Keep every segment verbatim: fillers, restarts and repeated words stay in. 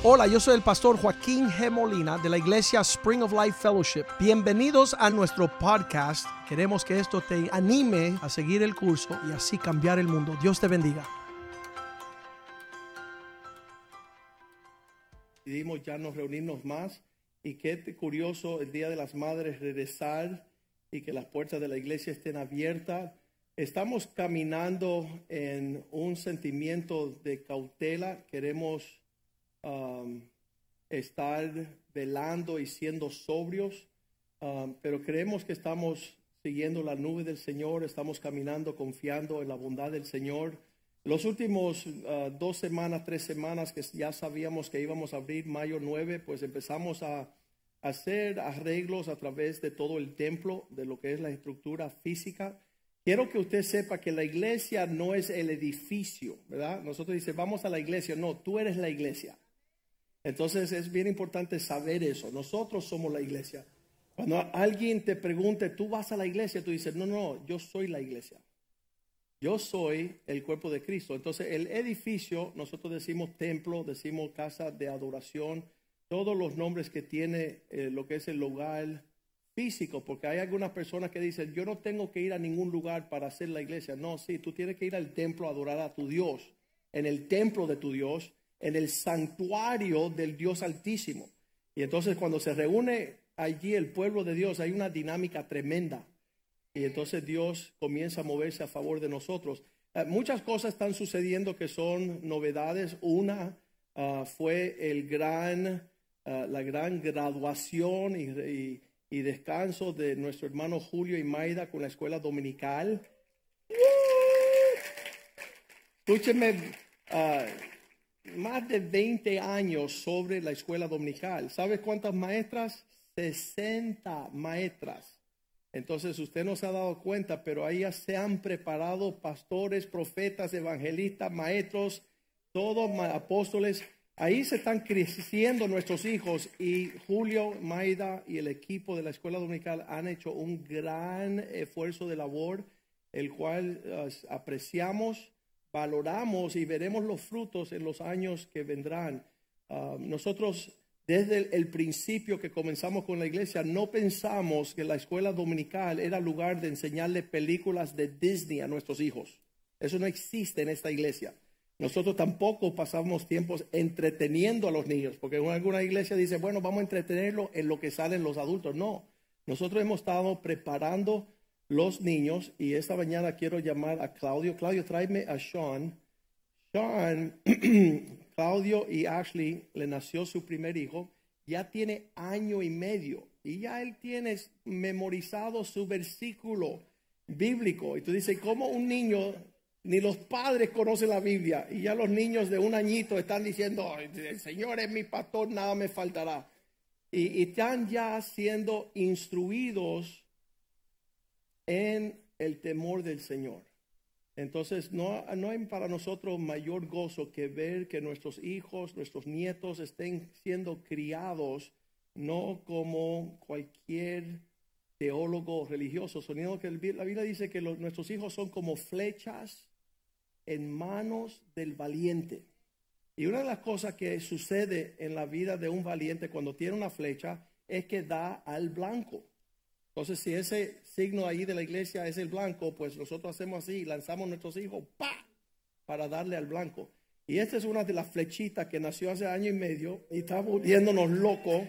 Hola, yo soy el pastor Joaquín G. Molina de la iglesia Spring of Life Fellowship. Bienvenidos a nuestro podcast. Queremos que esto te anime a seguir el curso y así cambiar el mundo. Dios te bendiga. Decidimos ya no reunirnos más y qué curioso el Día de las Madres regresar y que las puertas de la iglesia estén abiertas. Estamos caminando en un sentimiento de cautela. Queremos Um, estar velando y siendo sobrios, um, pero creemos que estamos siguiendo la nube del Señor, estamos caminando confiando en la bondad del Señor. Los últimos uh, dos semanas, tres semanas que ya sabíamos que íbamos a abrir mayo nueve, pues empezamos a hacer arreglos a través de todo el templo, de lo que es la estructura física. Quiero que usted sepa que la iglesia no es el edificio, ¿verdad? Nosotros dice vamos a la iglesia, no, tú eres la iglesia. Entonces es bien importante saber eso. Nosotros somos la iglesia. Cuando alguien te pregunte, ¿tú vas a la iglesia? Tú dices, no, no, yo soy la iglesia. Yo soy el cuerpo de Cristo. Entonces el edificio, nosotros decimos templo, decimos casa de adoración, todos los nombres que tiene eh, lo que es el lugar físico, porque hay algunas personas que dicen, yo no tengo que ir a ningún lugar para hacer la iglesia. No, sí, tú tienes que ir al templo a adorar a tu Dios, en el templo de tu Dios, en el santuario del Dios Altísimo. Y entonces cuando se reúne allí el pueblo de Dios, hay una dinámica tremenda. Y entonces Dios comienza a moverse a favor de nosotros. Uh, muchas cosas están sucediendo que son novedades. Una uh, fue el gran, uh, la gran graduación y, y, y descanso de nuestro hermano Julio y Maida con la escuela dominical. ¡Uh! Escúchenme. Uh, Más de veinte años sobre la escuela dominical. ¿Sabes cuántas maestras? sesenta maestras. Entonces usted no se ha dado cuenta, pero ahí ya se han preparado pastores, profetas, evangelistas, maestros, todos apóstoles. Ahí se están creciendo nuestros hijos y Julio, Maida y el equipo de la escuela dominical han hecho un gran esfuerzo de labor, el cual uh, apreciamos, valoramos y veremos los frutos en los años que vendrán. Uh, nosotros desde el, el principio que comenzamos con la iglesia no pensamos que la escuela dominical era lugar de enseñarle películas de Disney a nuestros hijos. Eso no existe en esta iglesia. Nosotros tampoco pasamos tiempos entreteniendo a los niños, porque en alguna iglesia dice, bueno, vamos a entretenerlo en lo que salen los adultos. No, nosotros hemos estado preparando los niños, y esta mañana quiero llamar a Claudio. Claudio, tráeme a Sean. Sean, Claudio y Ashley le nació su primer hijo, ya tiene año y medio y ya él tiene memorizado su versículo bíblico. Y tú dices, ¿cómo un niño, ni los padres conocen la Biblia? Y ya los niños de un añito están diciendo, el Señor es mi pastor, nada me faltará. Y, y están ya siendo instruidos en el temor del Señor. Entonces no, no hay para nosotros mayor gozo que ver que nuestros hijos, nuestros nietos estén siendo criados no como cualquier teólogo religioso, sino que la Biblia dice que los, nuestros hijos son como flechas en manos del valiente. Y una de las cosas que sucede en la vida de un valiente cuando tiene una flecha es que da al blanco. Entonces, si ese signo ahí de la iglesia es el blanco, pues nosotros hacemos así, lanzamos nuestros hijos, ¡pa!, para darle al blanco. Y esta es una de las flechitas que nació hace año y medio y está volviéndonos locos.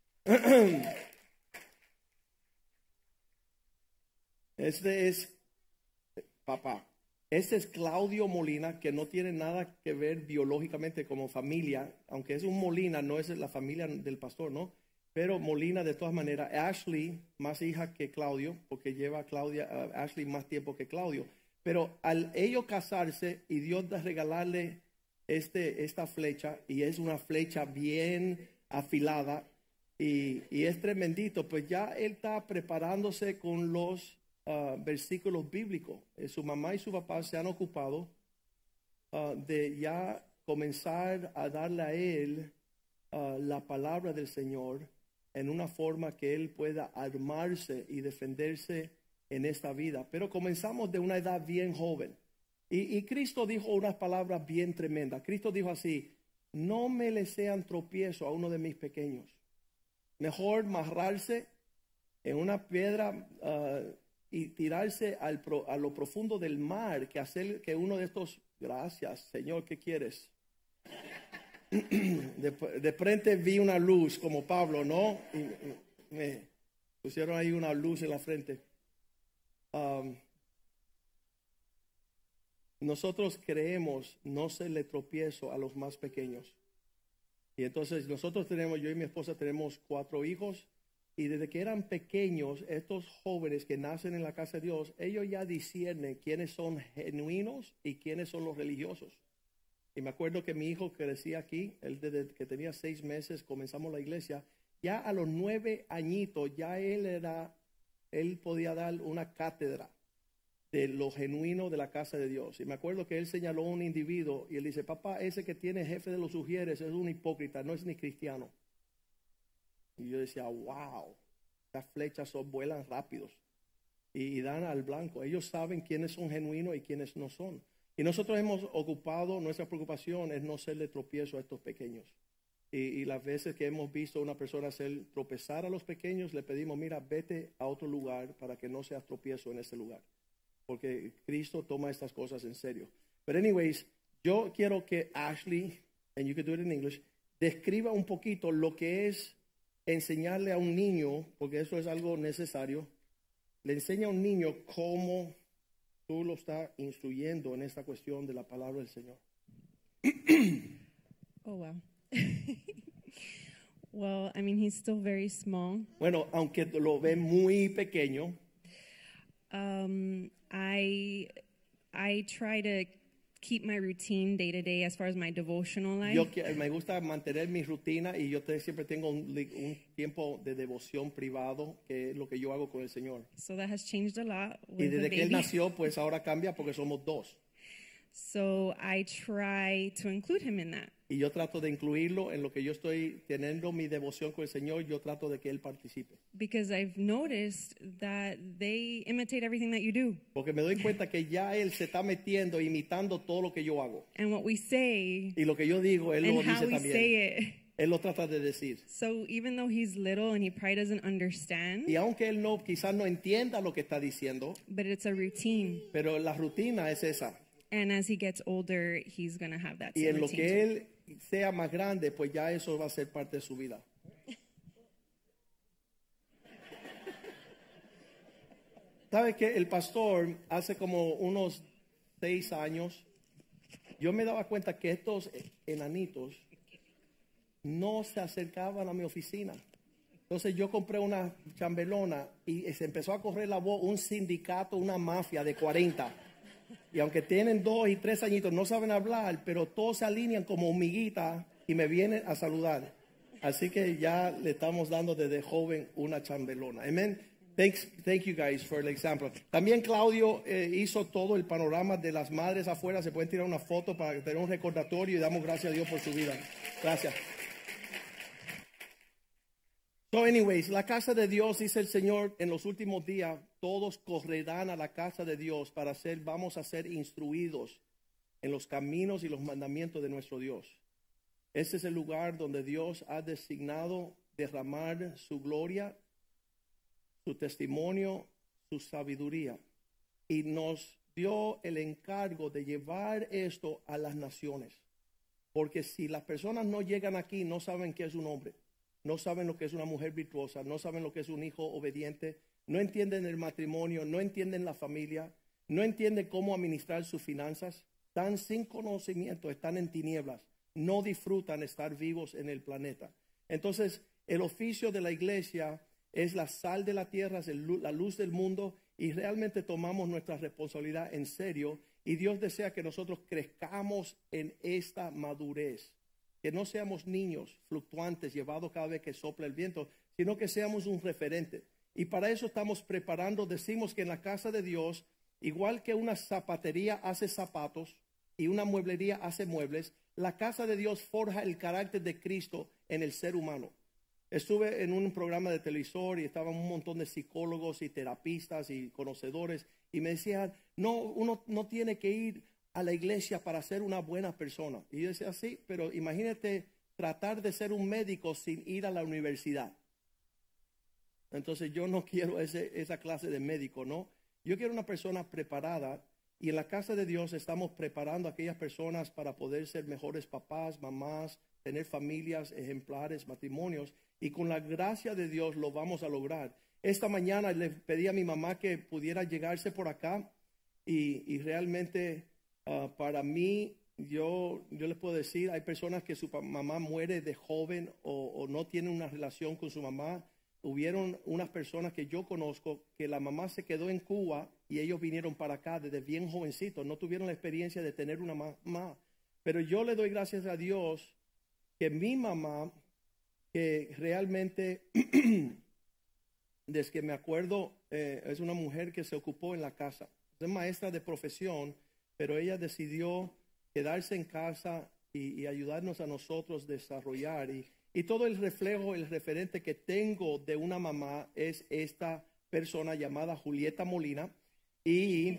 Este es papá. Este es Claudio Molina, que no tiene nada que ver biológicamente como familia, aunque es un Molina, no es la familia del pastor, ¿no? Pero Molina de todas maneras. Ashley, más hija que Claudio, porque lleva a Claudia, uh, Ashley más tiempo que Claudio. Pero al ellos casarse y Dios de regalarle este, esta flecha, y es una flecha bien afilada, y, y es tremendito, pues ya él está preparándose con los uh, versículos bíblicos. Eh, su mamá y su papá se han ocupado uh, de ya comenzar a darle a él uh, la palabra del Señor en una forma que él pueda armarse y defenderse en esta vida. Pero comenzamos de una edad bien joven. Y, y Cristo dijo unas palabras bien tremendas. Cristo dijo así: no me le sean tropiezo a uno de mis pequeños. Mejor amarrarse en una piedra uh, y tirarse al pro, a lo profundo del mar que hacer que uno de estos, gracias Señor, ¿qué quieres? De, de frente vi una luz como Pablo, ¿no? Y, y me pusieron ahí una luz en la frente. Um, nosotros creemos no serle tropiezo a los más pequeños. Y entonces nosotros tenemos, yo y mi esposa tenemos cuatro hijos. Y desde que eran pequeños, estos jóvenes que nacen en la casa de Dios, ellos ya disciernen quiénes son genuinos y quiénes son los religiosos. Y me acuerdo que mi hijo crecía aquí, él desde que tenía seis meses comenzamos la iglesia, ya a los nueve añitos, ya él era, él podía dar una cátedra de lo genuino de la casa de Dios. Y me acuerdo que él señaló a un individuo y él dice, papá, ese que tiene jefe de los ujieres es un hipócrita, no es ni cristiano. Y yo decía, wow, las flechas son, vuelan rápidos y, y dan al blanco. Ellos saben quiénes son genuinos y quiénes no son. Y nosotros hemos ocupado, nuestra preocupación es no serle tropiezo a estos pequeños. Y, y las veces que hemos visto a una persona hacer tropezar a los pequeños, le pedimos, mira, vete a otro lugar para que no seas tropiezo en este lugar. Porque Cristo toma estas cosas en serio. But anyways, yo quiero que Ashley, and you can do it in English, describa un poquito lo que es enseñarle a un niño, porque eso es algo necesario, le enseña a un niño cómo tú lo estás instruyendo en esta cuestión de la palabra del Señor. Oh, wow. Well, I mean, he's still very small. Bueno, aunque lo ve muy pequeño, Um, I, I try to keep my routine day to day as far as my devotional life. yo que- me gusta mantener mi rutina y yo te- siempre tengo un, li- un tiempo de devoción privado, que es lo que yo hago con el Señor. So that has changed a lot Y with the desde que él baby. nació, pues ahora cambia porque somos dos. So I try to include him in that. Y yo trato de incluirlo en lo que yo estoy teniendo mi devoción con el Señor, yo trato de que él participe. Because I've noticed that they imitate everything that you do. Porque me doy cuenta que ya él se está metiendo, imitando todo lo que yo hago. And what we say Y lo que yo digo, él lo and how dice we también. say it. Él lo trata de decir. So even though he's little and he probably doesn't understand, Y aunque él no, quizás no entienda lo que está diciendo, but it's a routine. pero la rutina es esa. And as he gets older, he's going to have that Y same en lo routine que too. él sea más grande, pues ya eso va a ser parte de su vida. ¿Sabe que el pastor hace como unos seis años, yo me daba cuenta que estos enanitos no se acercaban a mi oficina? Entonces yo compré una chambelona y se empezó a correr la voz, un sindicato, una mafia de cuarenta. Y aunque tienen dos y tres añitos, no saben hablar, pero todos se alinean como hormiguitas y me vienen a saludar. Así que ya le estamos dando desde joven una chambelona. Amén. Thanks, thank you guys for the example. También Claudio eh, hizo todo el panorama de las madres afuera. Se pueden tirar una foto para tener un recordatorio y damos gracias a Dios por su vida. Gracias. So anyways, la casa de Dios, dice el Señor, en los últimos días todos correrán a la casa de Dios para ser, vamos a ser instruidos en los caminos y los mandamientos de nuestro Dios. Este es el lugar donde Dios ha designado derramar su gloria, su testimonio, su sabiduría. Y nos dio el encargo de llevar esto a las naciones. Porque si las personas no llegan aquí, no saben qué es un hombre. No saben lo que es una mujer virtuosa, no saben lo que es un hijo obediente, no entienden el matrimonio, no entienden la familia, no entienden cómo administrar sus finanzas, están sin conocimiento, están en tinieblas, no disfrutan estar vivos en el planeta. Entonces, el oficio de la iglesia es la sal de la tierra, es el, la luz del mundo, y realmente tomamos nuestra responsabilidad en serio, y Dios desea que nosotros crezcamos en esta madurez. Que no seamos niños fluctuantes llevados cada vez que sopla el viento, sino que seamos un referente. Y para eso estamos preparando, decimos que en la casa de Dios, igual que una zapatería hace zapatos y una mueblería hace muebles, la casa de Dios forja el carácter de Cristo en el ser humano. Estuve en un programa de televisor y estaban un montón de psicólogos y terapistas y conocedores y me decían, no, uno no tiene que ir a la iglesia para ser una buena persona. Y yo decía, sí, pero imagínate tratar de ser un médico sin ir a la universidad. Entonces yo no quiero ese, esa clase de médico, ¿no? Yo quiero una persona preparada, y en la casa de Dios estamos preparando a aquellas personas para poder ser mejores papás, mamás, tener familias ejemplares, matrimonios, y con la gracia de Dios lo vamos a lograr. Esta mañana le pedí a mi mamá que pudiera llegarse por acá, y, y realmente uh, para mí, yo, yo les puedo decir, hay personas que su mamá muere de joven o, o no tienen una relación con su mamá. Hubieron unas personas que yo conozco que la mamá se quedó en Cuba y ellos vinieron para acá desde bien jovencitos. No tuvieron la experiencia de tener una mamá. Pero yo le doy gracias a Dios que mi mamá, que realmente, desde que me acuerdo, eh, es una mujer que se ocupó en la casa. Es maestra de profesión, pero ella decidió quedarse en casa y, y ayudarnos a nosotros a desarrollar. Y, y todo el reflejo, el referente que tengo de una mamá es esta persona llamada Julieta Molina. Y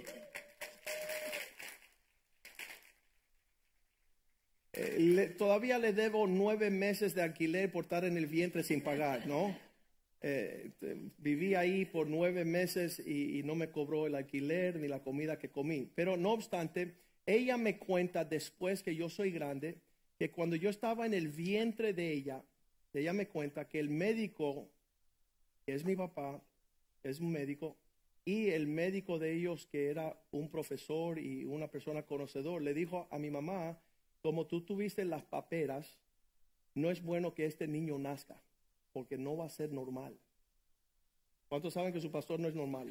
eh, le, todavía le debo nueve meses de alquiler por estar en el vientre sin pagar, ¿no? Eh, viví ahí por nueve meses y, y no me cobró el alquiler ni la comida que comí. Pero no obstante, ella me cuenta después que yo soy grande, que cuando yo estaba en el vientre de ella, ella me cuenta que el médico, que es mi papá, es un médico, y el médico de ellos, que era un profesor y una persona conocedor, le dijo a mi mamá, como tú tuviste las paperas, no es bueno que este niño nazca, porque no va a ser normal. ¿Cuántos saben que su pastor no es normal?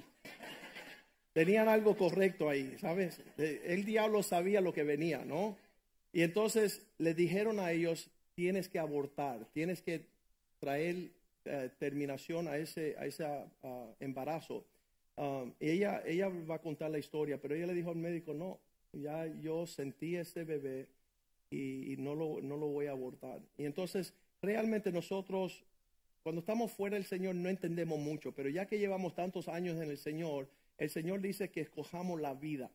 Tenían algo correcto ahí, ¿sabes? El diablo sabía lo que venía, ¿no? Y entonces le dijeron a ellos, tienes que abortar, tienes que traer uh, terminación a ese, a ese uh, embarazo. Um, ella, ella va a contar la historia, pero ella le dijo al médico, no, ya yo sentí ese bebé y, y no, lo, no lo voy a abortar. Y entonces realmente nosotros, cuando estamos fuera del Señor, no entendemos mucho, pero ya que llevamos tantos años en el Señor, el Señor dice que escojamos la vida.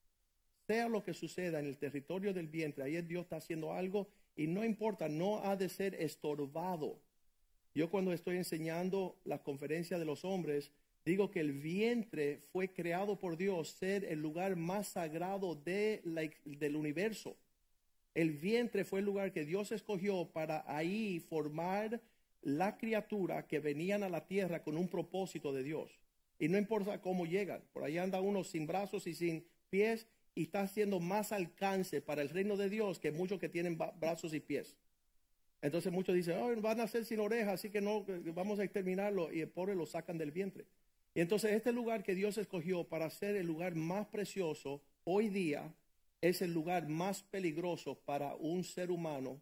Sea lo que suceda en el territorio del vientre, ahí Dios está haciendo algo y no importa, no ha de ser estorbado. Yo cuando estoy enseñando la conferencia de los hombres, digo que el vientre fue creado por Dios ser el lugar más sagrado de la, del universo. El vientre fue el lugar que Dios escogió para ahí formar la criatura que venían a la tierra con un propósito de Dios. Y no importa cómo llegan, por ahí anda uno sin brazos y sin pies y está haciendo más alcance para el reino de Dios que muchos que tienen brazos y pies. Entonces muchos dicen, oh, van a nacer sin orejas, así que no, vamos a exterminarlo, y el pobre lo sacan del vientre. Y entonces este lugar que Dios escogió para ser el lugar más precioso, hoy día es el lugar más peligroso para un ser humano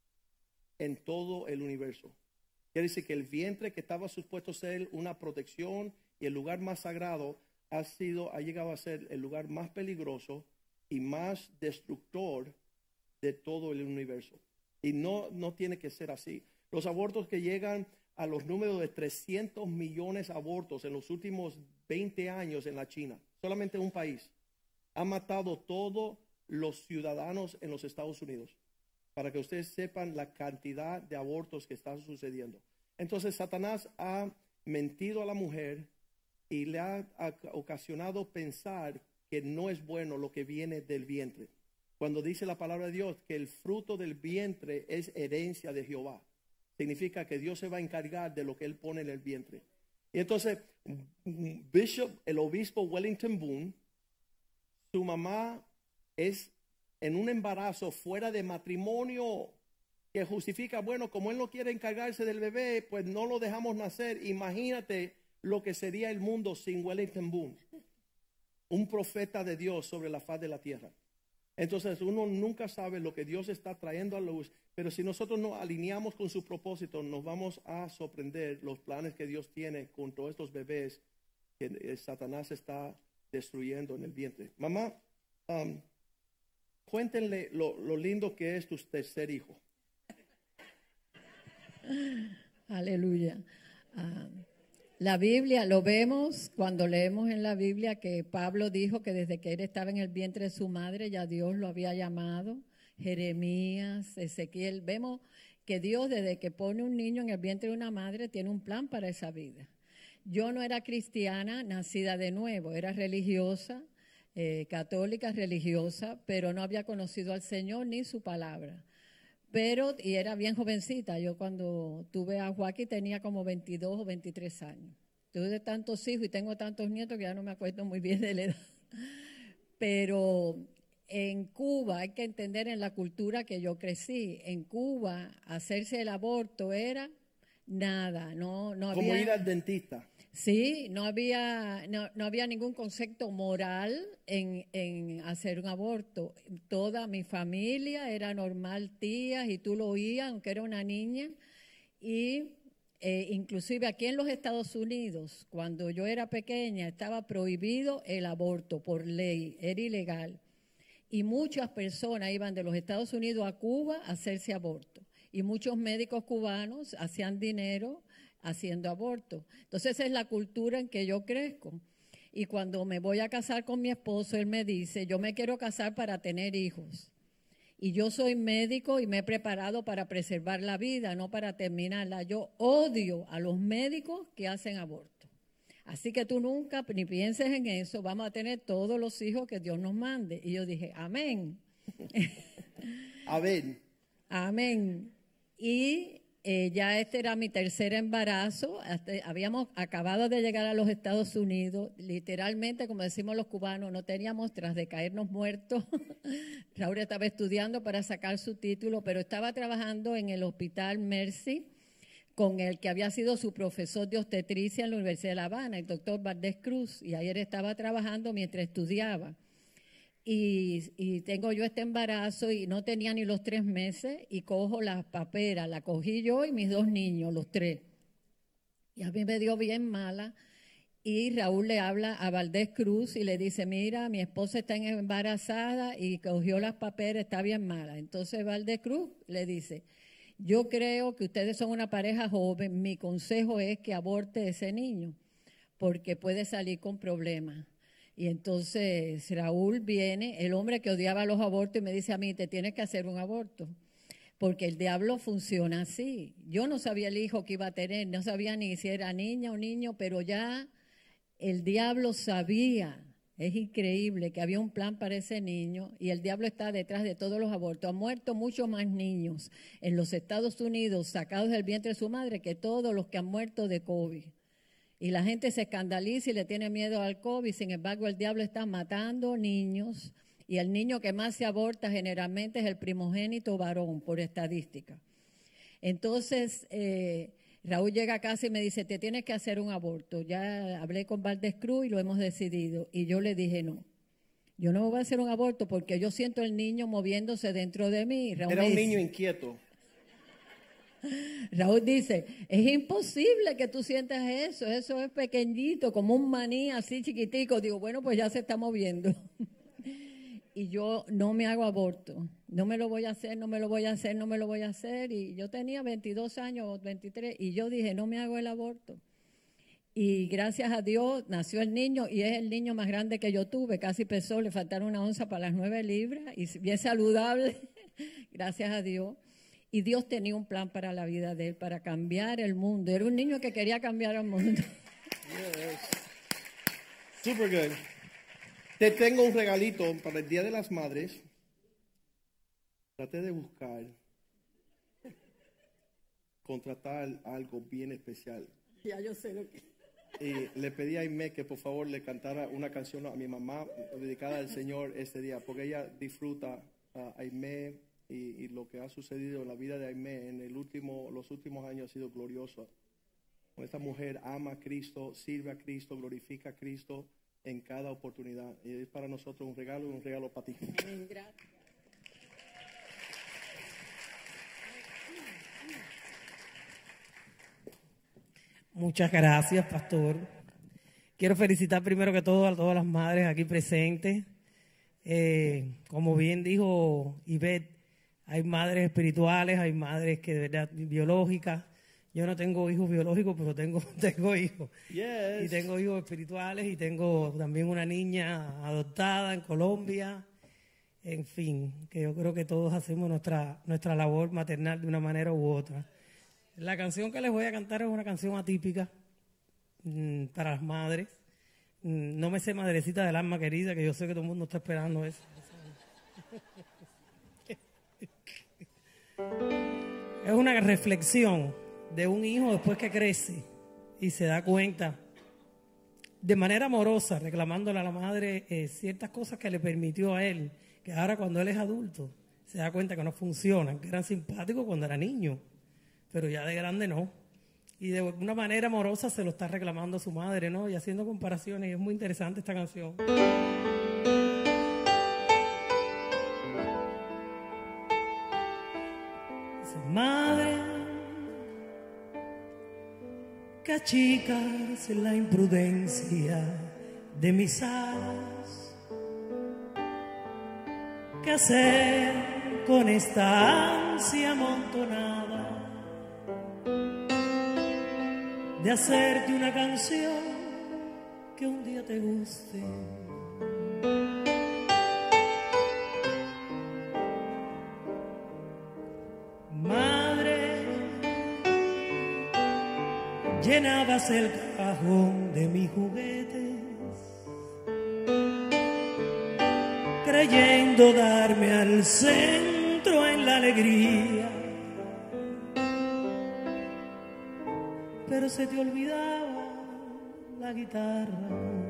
en todo el universo. Quiere decir que el vientre que estaba supuesto a ser una protección y el lugar más sagrado ha sido, ha llegado a ser el lugar más peligroso y más destructor de todo el universo. Y no, no tiene que ser así. Los abortos que llegan a los números de trescientos millones de abortos en los últimos veinte años en la China, solamente un país, ha matado todos los ciudadanos en los Estados Unidos, para que ustedes sepan la cantidad de abortos que están sucediendo. Entonces Satanás ha mentido a la mujer y le ha ocasionado pensar que no es bueno lo que viene del vientre. Cuando dice la palabra de Dios que el fruto del vientre es herencia de Jehová, significa que Dios se va a encargar de lo que él pone en el vientre. Y entonces, Bishop, el obispo Wellington Boone, su mamá es en un embarazo fuera de matrimonio, que justifica, bueno, como él no quiere encargarse del bebé, pues no lo dejamos nacer. Imagínate lo que sería el mundo sin Wellington Boone, un profeta de Dios sobre la faz de la tierra. Entonces uno nunca sabe lo que Dios está trayendo a luz, pero si nosotros nos alineamos con su propósito, nos vamos a sorprender los planes que Dios tiene con todos estos bebés que Satanás está destruyendo en el vientre. Mamá, um, cuéntenle lo, lo lindo que es tu tercer hijo. Aleluya. Uh, La Biblia, lo vemos cuando leemos en la Biblia que Pablo dijo que desde que él estaba en el vientre de su madre ya Dios lo había llamado. Jeremías, Ezequiel, vemos que Dios desde que pone un niño en el vientre de una madre tiene un plan para esa vida. Yo no era cristiana, nacida de nuevo, era religiosa, eh, católica religiosa, pero no había conocido al Señor ni su palabra. Pero, y era bien jovencita, yo cuando tuve a Joaquín tenía como veintidós o veintitrés años. Tuve tantos hijos y tengo tantos nietos que ya no me acuerdo muy bien de la edad. Pero en Cuba, hay que entender en la cultura que yo crecí, en Cuba hacerse el aborto era nada, no, no había... Como ir al dentista. Sí, no había, no, no había ningún concepto moral en, en hacer un aborto. Toda mi familia era normal, tías, y tú lo oías, aunque era una niña. Y eh, inclusive aquí en los Estados Unidos, cuando yo era pequeña, estaba prohibido el aborto por ley, era ilegal. Y muchas personas iban de los Estados Unidos a Cuba a hacerse aborto. Y muchos médicos cubanos hacían dinero haciendo aborto. Entonces esa es la cultura en que yo crezco. Y cuando me voy a casar con mi esposo, él me dice, yo me quiero casar para tener hijos. Y yo soy médico y me he preparado para preservar la vida, no para terminarla. Yo odio a los médicos que hacen aborto. Así que tú nunca ni pienses en eso, vamos a tener todos los hijos que Dios nos mande. Y yo dije, amén. Amén. Amén. Y Eh, ya este era mi tercer embarazo, hasta, habíamos acabado de llegar a los Estados Unidos, literalmente, como decimos los cubanos, no teníamos tras de caernos muertos. Raúl estaba estudiando para sacar su título, pero estaba trabajando en el hospital Mercy con el que había sido su profesor de obstetricia en la Universidad de La Habana, el doctor Valdés Cruz, y ayer estaba trabajando mientras estudiaba. Y, y tengo yo este embarazo y no tenía ni los tres meses y cojo la papera, la cogí yo y mis dos niños, los tres. Y a mí me dio bien mala y Raúl le habla a Valdés Cruz y le dice, mira, mi esposa está embarazada y cogió las paperas, está bien mala. Entonces Valdés Cruz le dice, yo creo que ustedes son una pareja joven, mi consejo es que aborte ese niño porque puede salir con problemas. Y entonces Raúl viene, el hombre que odiaba los abortos, y me dice a mí, te tienes que hacer un aborto, porque el diablo funciona así. Yo no sabía el hijo que iba a tener, no sabía ni si era niña o niño, pero ya el diablo sabía, es increíble, que había un plan para ese niño y el diablo está detrás de todos los abortos. Han muerto muchos más niños en los Estados Unidos sacados del vientre de su madre que todos los que han muerto de COVID. Y la gente se escandaliza y le tiene miedo al COVID, sin embargo el diablo está matando niños y el niño que más se aborta generalmente es el primogénito varón, por estadística. Entonces eh, Raúl llega a casa y me dice, te tienes que hacer un aborto. Ya hablé con Valdés Cruz y lo hemos decidido. Y yo le dije, no, yo no voy a hacer un aborto porque yo siento el niño moviéndose dentro de mí. Raúl Era un dice, niño inquieto. Raúl dice, es imposible que tú sientas eso, eso es pequeñito, como un maní así chiquitico. Digo, bueno, pues ya se está moviendo. Y yo no me hago aborto, no me lo voy a hacer, no me lo voy a hacer, no me lo voy a hacer. Y yo tenía veintidós años, veintitrés, y yo dije, no me hago el aborto. Y gracias a Dios nació el niño y es el niño más grande que yo tuve, casi pesó, le faltaron una onza para las nueve libras y bien saludable, gracias a Dios. Y Dios tenía un plan para la vida de él, para cambiar el mundo. Era un niño que quería cambiar el mundo. Yes. Super good. Te tengo un regalito para el Día de las Madres. Traté de buscar, contratar algo bien especial. Ya yo sé lo que... Y le pedí a Aimee que por favor le cantara una canción a mi mamá dedicada al Señor este día, porque ella disfruta a Aimee. Y, y lo que ha sucedido en la vida de Aimee en el último, los últimos años ha sido glorioso. Esta mujer ama a Cristo, sirve a Cristo, glorifica a Cristo en cada oportunidad. Y es para nosotros un regalo y un regalo para ti. Gracias. Muchas gracias, pastor. Quiero felicitar primero que todo a todas las madres aquí presentes. Eh, como bien dijo Ivette, hay madres espirituales, hay madres que de verdad biológicas. Yo no tengo hijos biológicos, pero tengo, tengo hijos. Yes. Y tengo hijos espirituales y tengo también una niña adoptada en Colombia. En fin, que yo creo que todos hacemos nuestra, nuestra labor maternal de una manera u otra. La canción que les voy a cantar es una canción atípica mmm, para las madres. Mm, no me sé Madrecita del Alma Querida, que yo sé que todo el mundo está esperando eso. Es una reflexión de un hijo después que crece y se da cuenta de manera amorosa, reclamándole a la madre eh, ciertas cosas que le permitió a él, que ahora cuando él es adulto se da cuenta que no funcionan, que eran simpáticos cuando era niño, pero ya de grande no. Y de una manera amorosa se lo está reclamando a su madre, ¿no? Y haciendo comparaciones, y es muy interesante esta canción. Dice, madre, que achicas la imprudencia de mis alas, ¿qué hacer con esta ansia amontonada de hacerte una canción que un día te guste? Madre, llenabas el cajón de mis juguetes, creyendo darme al centro en la alegría, pero se te olvidaba la guitarra.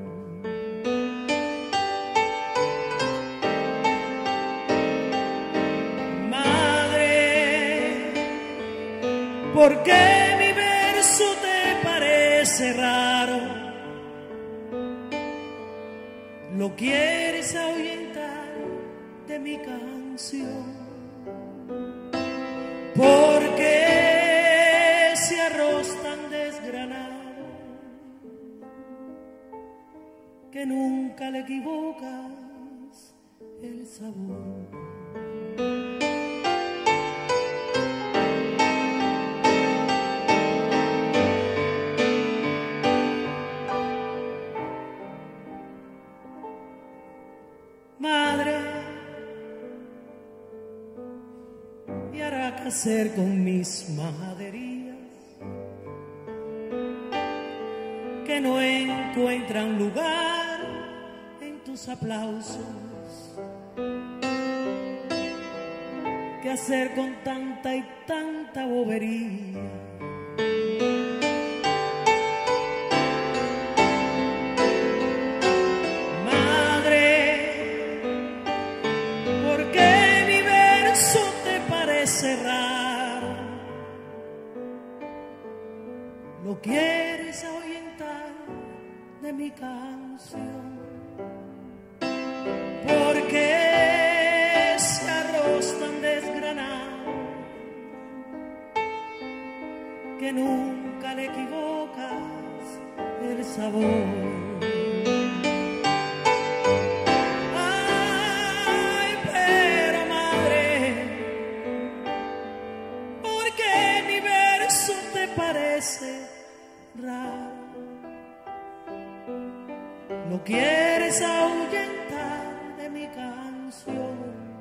Madre, ¿por qué mi verso te parece raro? Lo quieres ahuyentar de mi canción. ¿Por qué ese arroz tan desgranado que nunca le equivocas el sabor? Madre, ¿y ahora qué hacer con mis majaderías que no encuentran lugar en tus aplausos? ¿Qué hacer con tanta y tanta bobería? Raro, lo quieres ahuyentar de mi canción. Porque ese arroz tan desgranado que nunca le equivocas el sabor. Parece raro, lo quieres ahuyentar de mi canción,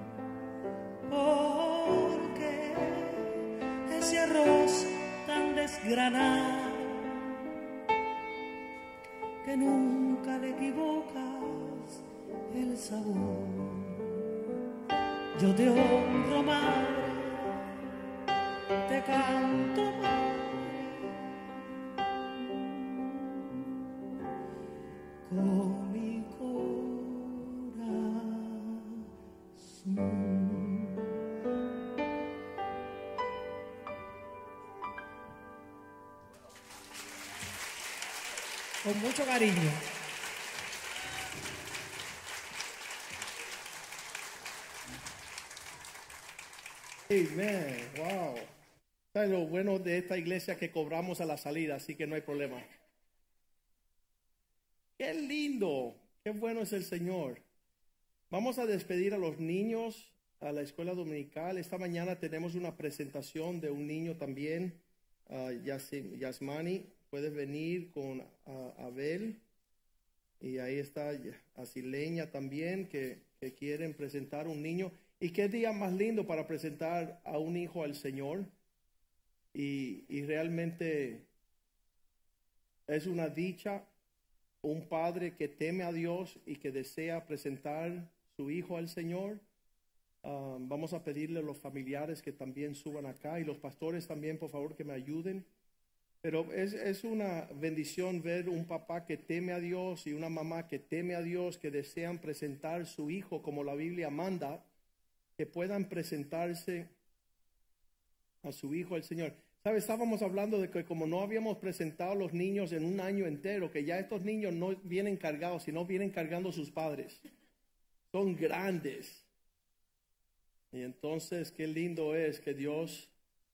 porque ese arroz tan desgranado que nunca le equivocas el sabor. Yo te honro, madre, te canto, madre, con mi corazón. Con mucho cariño. Amen. Wow. ¿Sabes lo bueno de esta iglesia? Que cobramos a la salida, así que no hay problema. Qué lindo, qué bueno es el Señor. Vamos a despedir a los niños a la escuela dominical. Esta mañana tenemos una presentación de un niño también. uh, Yas- Yasmani, puedes venir con uh, Abel. Y ahí está Asileña también, que, que quieren presentar un niño. Y qué día más lindo para presentar a un hijo al Señor. Y, y realmente es una dicha, un padre que teme a Dios y que desea presentar su hijo al Señor. Uh, vamos a pedirle a los familiares que también suban acá, y los pastores también, por favor, que me ayuden. Pero es, es una bendición ver un papá que teme a Dios y una mamá que teme a Dios, que desean presentar su hijo como la Biblia manda, que puedan presentarse a su hijo al Señor. ¿Sabe? Estábamos hablando de que como no habíamos presentado a los niños en un año entero, que ya estos niños no vienen cargados, sino vienen cargando a sus padres. Son grandes. Y entonces qué lindo es que Dios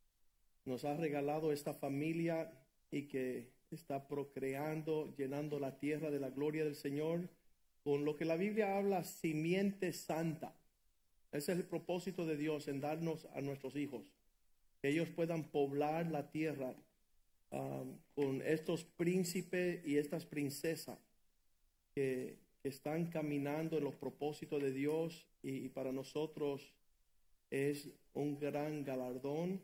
nos ha regalado esta familia y que está procreando, llenando la tierra de la gloria del Señor, con lo que la Biblia habla, simiente santa. Ese es el propósito de Dios en darnos a nuestros hijos, que ellos puedan poblar la tierra um, con estos príncipes y estas princesas que, que están caminando en los propósitos de Dios, y, y para nosotros es un gran galardón.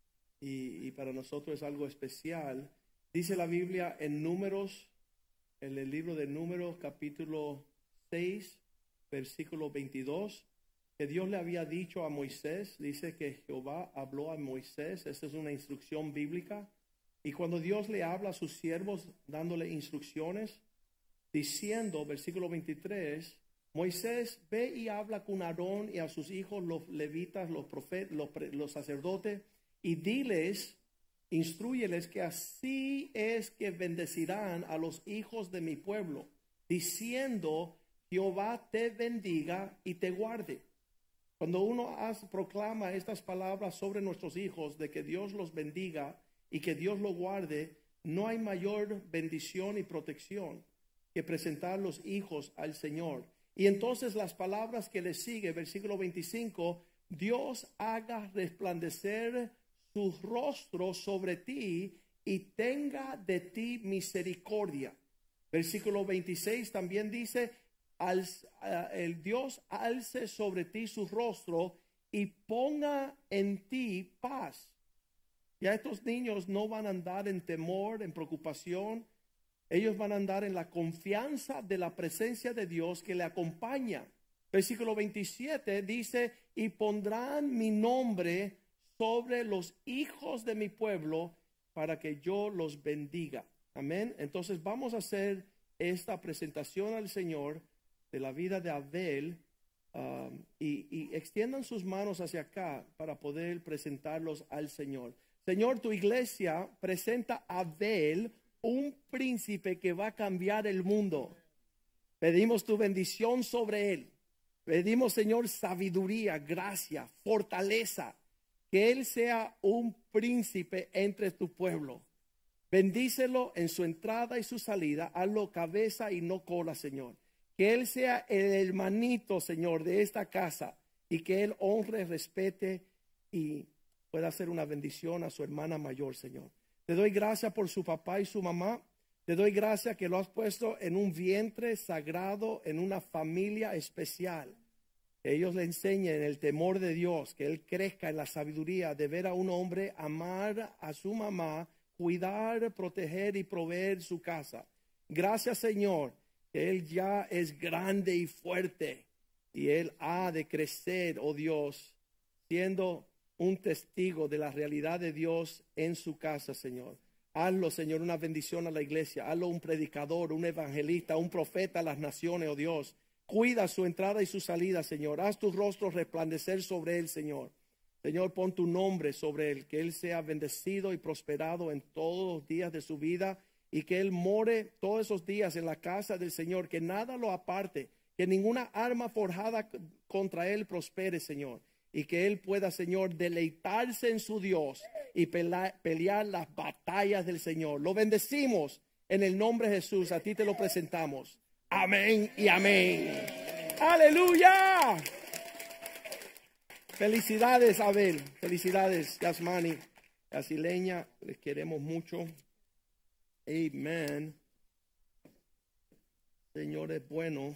Y, y para nosotros es algo especial. Dice la Biblia en Números, en el libro de Números capítulo seis, versículo veintidós, que Dios le había dicho a Moisés, dice que Jehová habló a Moisés, esa es una instrucción bíblica, y cuando Dios le habla a sus siervos dándole instrucciones, diciendo, versículo veintitrés, Moisés, ve y habla con Aarón y a sus hijos, los levitas, los profetas, los, los sacerdotes, y diles, instrúyeles que así es que bendecirán a los hijos de mi pueblo, diciendo, Jehová te bendiga y te guarde. Cuando uno hace, proclama estas palabras sobre nuestros hijos, de que Dios los bendiga y que Dios los guarde, no hay mayor bendición y protección que presentar los hijos al Señor. Y entonces las palabras que le sigue, versículo veinticinco, Dios haga resplandecer su rostro sobre ti y tenga de ti misericordia. Versículo veintiséis también dice, al, uh, el Dios alce sobre ti su rostro y ponga en ti paz. Ya estos niños no van a andar en temor, en preocupación. Ellos van a andar en la confianza de la presencia de Dios que le acompaña. Versículo veintisiete dice, y pondrán mi nombre sobre los hijos de mi pueblo para que yo los bendiga. Amén. Entonces vamos a hacer esta presentación al Señor de la vida de Abel, um, y, y extiendan sus manos hacia acá para poder presentarlos al Señor. Señor, tu iglesia presenta a Abel, un príncipe que va a cambiar el mundo. Pedimos tu bendición sobre él. Pedimos, Señor, sabiduría, gracia, fortaleza. Que él sea un príncipe entre tu pueblo. Bendícelo en su entrada y su salida. Hazlo cabeza y no cola, Señor. Que él sea el hermanito, Señor, de esta casa. Y que él honre, respete y pueda hacer una bendición a su hermana mayor, Señor. Te doy gracias por su papá y su mamá. Te doy gracias que lo has puesto en un vientre sagrado, en una familia especial. Que ellos le enseñen el temor de Dios, que él crezca en la sabiduría de ver a un hombre amar a su mamá, cuidar, proteger y proveer su casa. Gracias, Señor, que él ya es grande y fuerte y él ha de crecer, oh Dios, siendo un testigo de la realidad de Dios en su casa, Señor. Hazlo, Señor, una bendición a la iglesia. Hazlo un predicador, un evangelista, un profeta a las naciones, oh Dios. Cuida su entrada y su salida, Señor. Haz tu rostro resplandecer sobre él, Señor. Señor, pon tu nombre sobre él, que él sea bendecido y prosperado en todos los días de su vida y que él more todos esos días en la casa del Señor, que nada lo aparte, que ninguna arma forjada contra él prospere, Señor, y que él pueda, Señor, deleitarse en su Dios y pelear, pelear las batallas del Señor. Lo bendecimos en el nombre de Jesús. A ti te lo presentamos. Amén y amén. Aleluya. Felicidades, Abel. Felicidades, Yasmani. brasileña, les queremos mucho. Amén. Señor es bueno.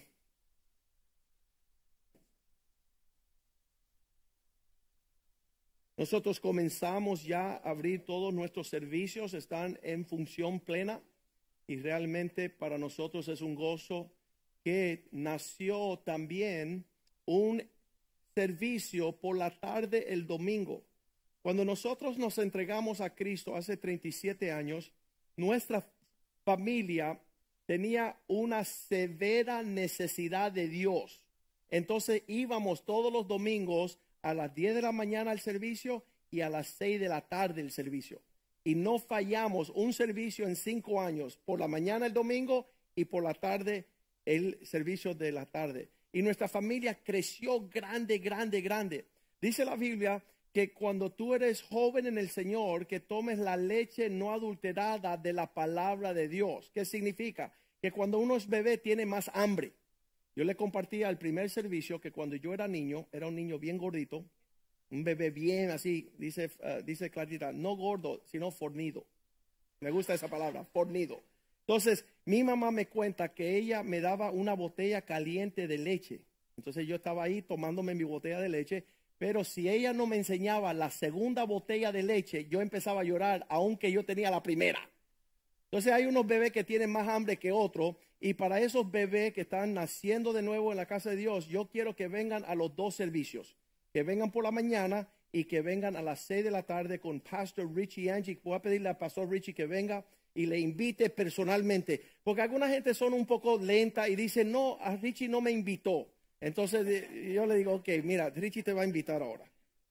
Nosotros comenzamos ya a abrir todos nuestros servicios, están en función plena y realmente para nosotros es un gozo que nació también un servicio por la tarde el domingo. Cuando nosotros nos entregamos a Cristo hace treinta y siete años, nuestra familia tenía una severa necesidad de Dios. Entonces íbamos todos los domingos a las diez de la mañana al servicio y a las seis de la tarde el servicio. Y no fallamos un servicio en cinco años, por la mañana el domingo y por la tarde el servicio de la tarde. Y nuestra familia creció grande, grande, grande. Dice la Biblia que cuando tú eres joven en el Señor, que tomes la leche no adulterada de la palabra de Dios. ¿Qué significa? Que cuando uno es bebé tiene más hambre. Yo le compartía al primer servicio que cuando yo era niño, era un niño bien gordito, un bebé bien así, dice, uh, dice Clarita, no gordo, sino fornido. Me gusta esa palabra, fornido. Entonces, mi mamá me cuenta que ella me daba una botella caliente de leche. Entonces yo estaba ahí tomándome mi botella de leche, pero si ella no me enseñaba la segunda botella de leche, yo empezaba a llorar, aunque yo tenía la primera. Entonces hay unos bebés que tienen más hambre que otros, y para esos bebés que están naciendo de nuevo en la casa de Dios, yo quiero que vengan a los dos servicios, que vengan por la mañana y que vengan a las seis de la tarde con Pastor Richie Angie. Voy a pedirle a Pastor Richie que venga y le invite personalmente, porque alguna gente son un poco lenta y dicen, no, a Richie no me invitó. Entonces yo le digo, ok, mira, Richie te va a invitar ahora.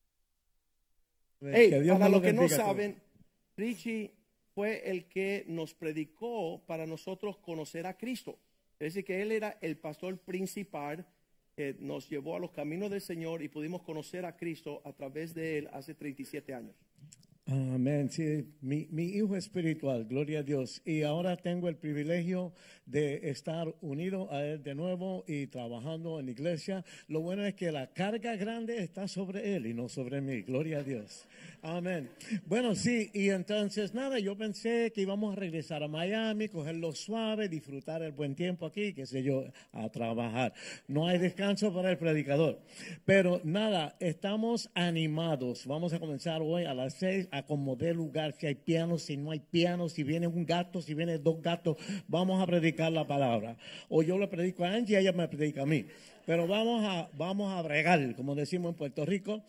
Hey, para los que no saben, Richie fue el que nos predicó para nosotros conocer a Cristo. Es decir, que él era el pastor principal que nos llevó a los caminos del Señor y pudimos conocer a Cristo a través de él hace treinta y siete años. Amén, sí, mi, mi hijo espiritual, gloria a Dios. Y ahora tengo el privilegio de estar unido a él de nuevo y trabajando en la iglesia. Lo bueno es que la carga grande está sobre él y no sobre mí, gloria a Dios. Amén. Bueno, sí, y entonces nada, yo pensé que íbamos a regresar a Miami, cogerlo suave, disfrutar el buen tiempo aquí, qué sé yo, a trabajar. No hay descanso para el predicador. Pero nada, estamos animados. Vamos a comenzar hoy a las seis. Acomodé lugar, si hay piano, si no hay piano, si viene un gato, si vienen dos gatos, vamos a predicar la palabra. O yo le predico a Angie, ella me predica a mí. Pero vamos a, vamos a bregar, como decimos en Puerto Rico.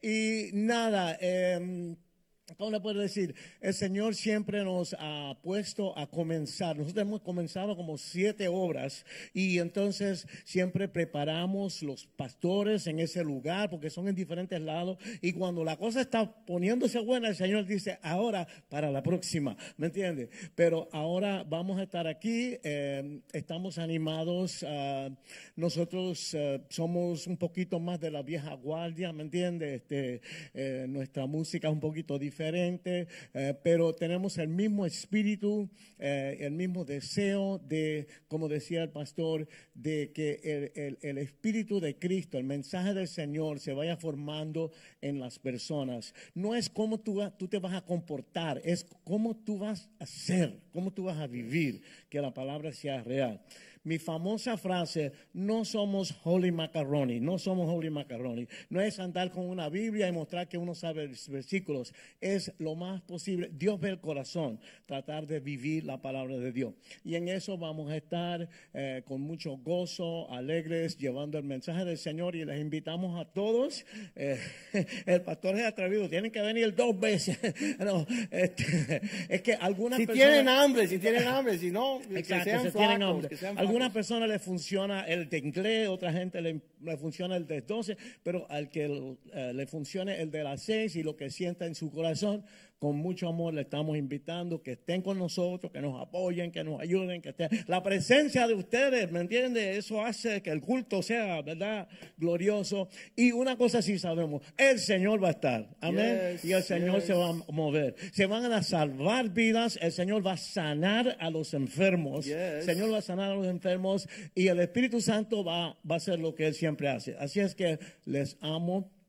Y nada, eh, ¿cómo le puedo decir? El Señor siempre nos ha puesto a comenzar. Nosotros hemos comenzado como siete obras y entonces siempre preparamos los pastores en ese lugar porque son en diferentes lados y cuando la cosa está poniéndose buena, el Señor dice, ahora para la próxima, ¿me entiende? Pero ahora vamos a estar aquí, eh, estamos animados, uh, nosotros uh, somos un poquito más de la vieja guardia, ¿me entiende? Este, eh, nuestra música es un poquito diferente. diferente, eh, pero tenemos el mismo espíritu, eh, el mismo deseo de, como decía el pastor, de que el, el, el espíritu de Cristo, el mensaje del Señor se vaya formando en las personas. No es cómo tú, tú te vas a comportar, es cómo tú vas a ser, cómo tú vas a vivir, que la palabra sea real. Mi famosa frase, no somos holy macaroni, no somos holy macaroni. No es andar con una Biblia y mostrar que uno sabe versículos. Es lo más posible, Dios ve el corazón, tratar de vivir la palabra de Dios. Y en eso vamos a estar eh, con mucho gozo, alegres, llevando el mensaje del Señor y les invitamos a todos. Eh, el pastor es atrevido, tienen que venir dos veces. No, este, es que algunas si personas... tienen hambre, si tienen hambre, si no, Exacto, que sean si flacos, tienen hambre. que sean Algunas personas les funciona el de inglés, otra gente le, le funciona el de doce, pero al que uh, le funcione el de las seis y lo que sienta en su corazón, con mucho amor le estamos invitando que estén con nosotros, que nos apoyen, que nos ayuden, que estén. La presencia de ustedes, ¿me entiende? Eso hace que el culto sea, ¿verdad? Glorioso. Y una cosa sí sabemos, el Señor va a estar, amén. Yes, y el Señor yes. se va a mover. Se van a salvar vidas, el Señor va a sanar a los enfermos. Yes. El Señor va a sanar a los enfermos y el Espíritu Santo va, va a hacer lo que Él siempre hace. Así es que les amo.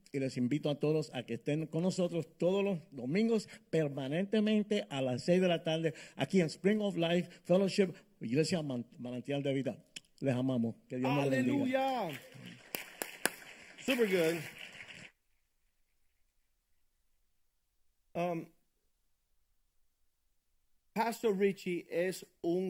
y les invito a todos a que estén con nosotros todos los domingos permanentemente a las seis de la tarde aquí en Spring of Life Fellowship, Iglesia Manantial de Vida. Les amamos. Que Dios me los bendiga. Aleluya. Super good. Um, Pastor Richie es un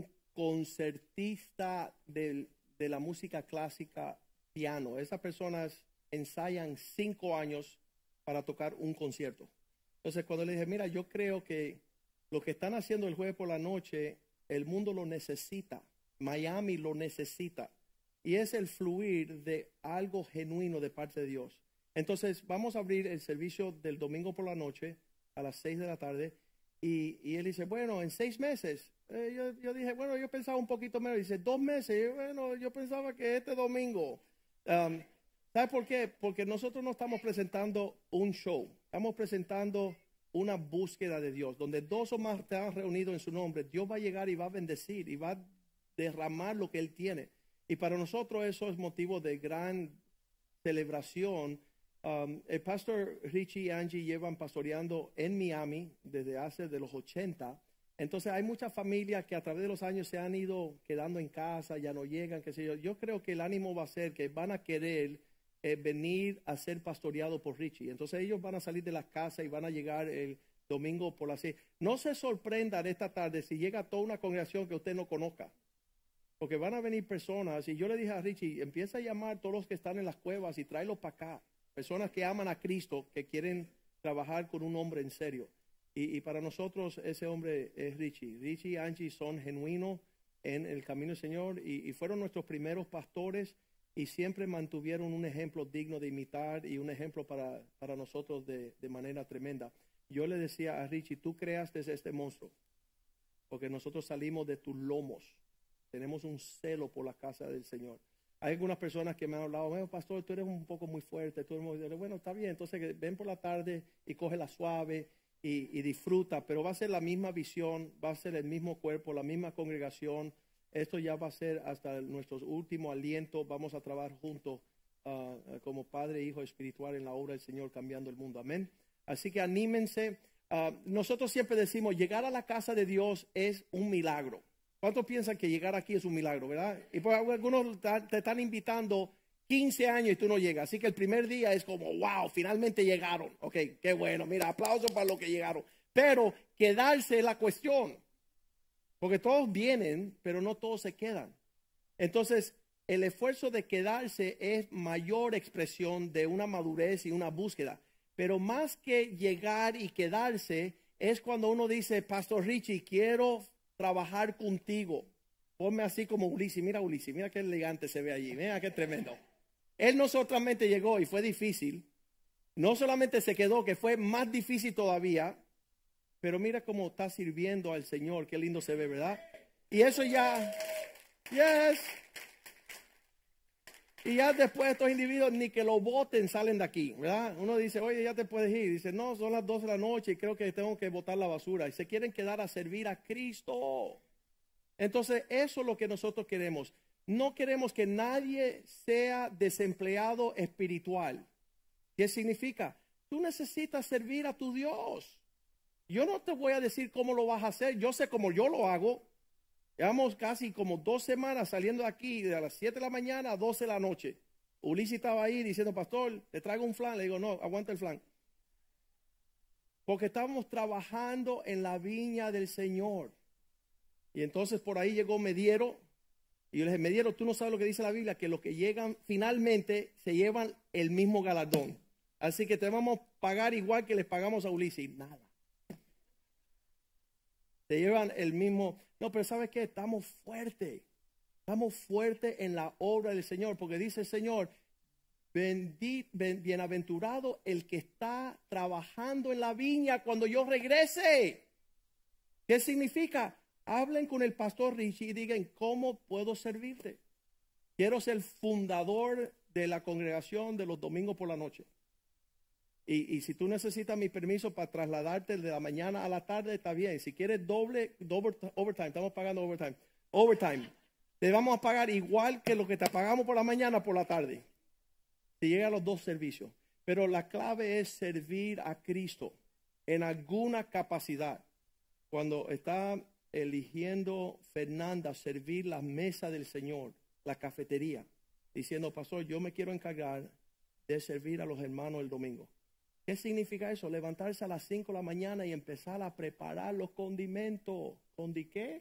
concertista del, de la música clásica piano. Esas personas ensayan cinco años para tocar un concierto. Entonces cuando le dije, mira, yo creo que lo que están haciendo el jueves por la noche, el mundo lo necesita. Miami lo necesita. Y es el fluir de algo genuino de parte de Dios. Entonces vamos a abrir el servicio del domingo por la noche a las seis de la tarde. Y, y él dice, bueno, en seis meses. Eh, yo, yo dije, bueno, yo pensaba un poquito menos. Dice, dos meses. Y yo, bueno, yo pensaba que este domingo. Um, ¿Sabe por qué? Porque nosotros no estamos presentando un show. Estamos presentando una búsqueda de Dios. Donde dos o más están reunidos en su nombre, Dios va a llegar y va a bendecir y va a derramar lo que Él tiene. Y para nosotros eso es motivo de gran celebración. Um, el pastor Richie y Angie llevan pastoreando en Miami desde hace de los ochenta. Entonces hay muchas familias que a través de los años se han ido quedando en casa, ya no llegan, qué sé yo. Yo creo que el ánimo va a ser que van a querer eh, venir a ser pastoreados por Richie. Entonces ellos van a salir de las casas y van a llegar el domingo por las seis. No se sorprendan esta tarde si llega toda una congregación que usted no conozca. Porque van a venir personas, y yo le dije a Richie, empieza a llamar a todos los que están en las cuevas y tráelos para acá. Personas que aman a Cristo, que quieren trabajar con un hombre en serio. Y, y para nosotros ese hombre es Richie. Richie y Angie son genuinos en el camino del Señor y, y fueron nuestros primeros pastores y siempre mantuvieron un ejemplo digno de imitar y un ejemplo para, para nosotros de, de manera tremenda. Yo le decía a Richie, tú creaste este monstruo, porque nosotros salimos de tus lomos. Tenemos un celo por la casa del Señor. Hay algunas personas que me han hablado, bueno, pastor, tú eres un poco muy fuerte. Tú eres muy... Bueno, está bien, entonces ven por la tarde y cógela suave y, y disfruta, pero va a ser la misma visión, va a ser el mismo cuerpo, la misma congregación. Esto ya va a ser hasta nuestro último aliento. Vamos a trabajar juntos uh, como padre e hijo espiritual en la obra del Señor, cambiando el mundo. Amén. Así que anímense. Uh, nosotros siempre decimos, llegar a la casa de Dios es un milagro. ¿Cuántos piensan que llegar aquí es un milagro, verdad? Y pues algunos te están invitando quince años y tú no llegas. Así que el primer día es como, wow, finalmente llegaron. Ok, qué bueno. Mira, aplausos para los que llegaron. Pero quedarse es la cuestión. Porque todos vienen, pero no todos se quedan. Entonces, el esfuerzo de quedarse es mayor expresión de una madurez y una búsqueda. Pero más que llegar y quedarse, es cuando uno dice, Pastor Richie, quiero trabajar contigo. Ponme así como Ulises. Mira Ulises, mira qué elegante se ve allí. Mira qué tremendo. Él no solamente llegó y fue difícil. No solamente se quedó, que fue más difícil todavía. Pero mira cómo está sirviendo al Señor. Qué lindo se ve, ¿verdad? Y eso ya... Yes. Y ya después estos individuos ni que lo voten salen de aquí, ¿verdad? Uno dice, oye, ya te puedes ir. Dice, no, son las doce de la noche y creo que tengo que botar la basura. Y se quieren quedar a servir a Cristo. Entonces, eso es lo que nosotros queremos. No queremos que nadie sea desempleado espiritual. ¿Qué significa? Tú necesitas servir a tu Dios. Yo no te voy a decir cómo lo vas a hacer. Yo sé cómo yo lo hago. Llevamos casi como dos semanas saliendo de aquí de las siete de la mañana a doce de la noche. Ulises estaba ahí diciendo, pastor, te traigo un flan. Le digo, no, aguanta el flan. Porque estábamos trabajando en la viña del Señor. Y entonces por ahí llegó Mediero. Y yo le dije, Mediero, tú no sabes lo que dice la Biblia, que los que llegan finalmente se llevan el mismo galardón. Así que te vamos a pagar igual que les pagamos a Ulises. Nada. Te llevan el mismo... No, pero ¿sabes qué? Estamos fuertes. Estamos fuertes en la obra del Señor. Porque dice el Señor, bendito, bienaventurado el que está trabajando en la viña cuando yo regrese. ¿Qué significa? Hablen con el pastor Richie y digan, ¿cómo puedo servirte? Quiero ser fundador de la congregación de los domingos por la noche. Y, y si tú necesitas mi permiso para trasladarte de la mañana a la tarde, está bien. Si quieres doble, doble overtime, estamos pagando overtime. Overtime. Te vamos a pagar igual que lo que te pagamos por la mañana por la tarde. Si llega a los dos servicios. Pero la clave es servir a Cristo en alguna capacidad. Cuando está eligiendo Fernanda servir la mesa del Señor, la cafetería, diciendo, pastor, yo me quiero encargar de servir a los hermanos el domingo. ¿Qué significa eso? Levantarse a las cinco de la mañana y empezar a preparar los condimentos. ¿Condi qué?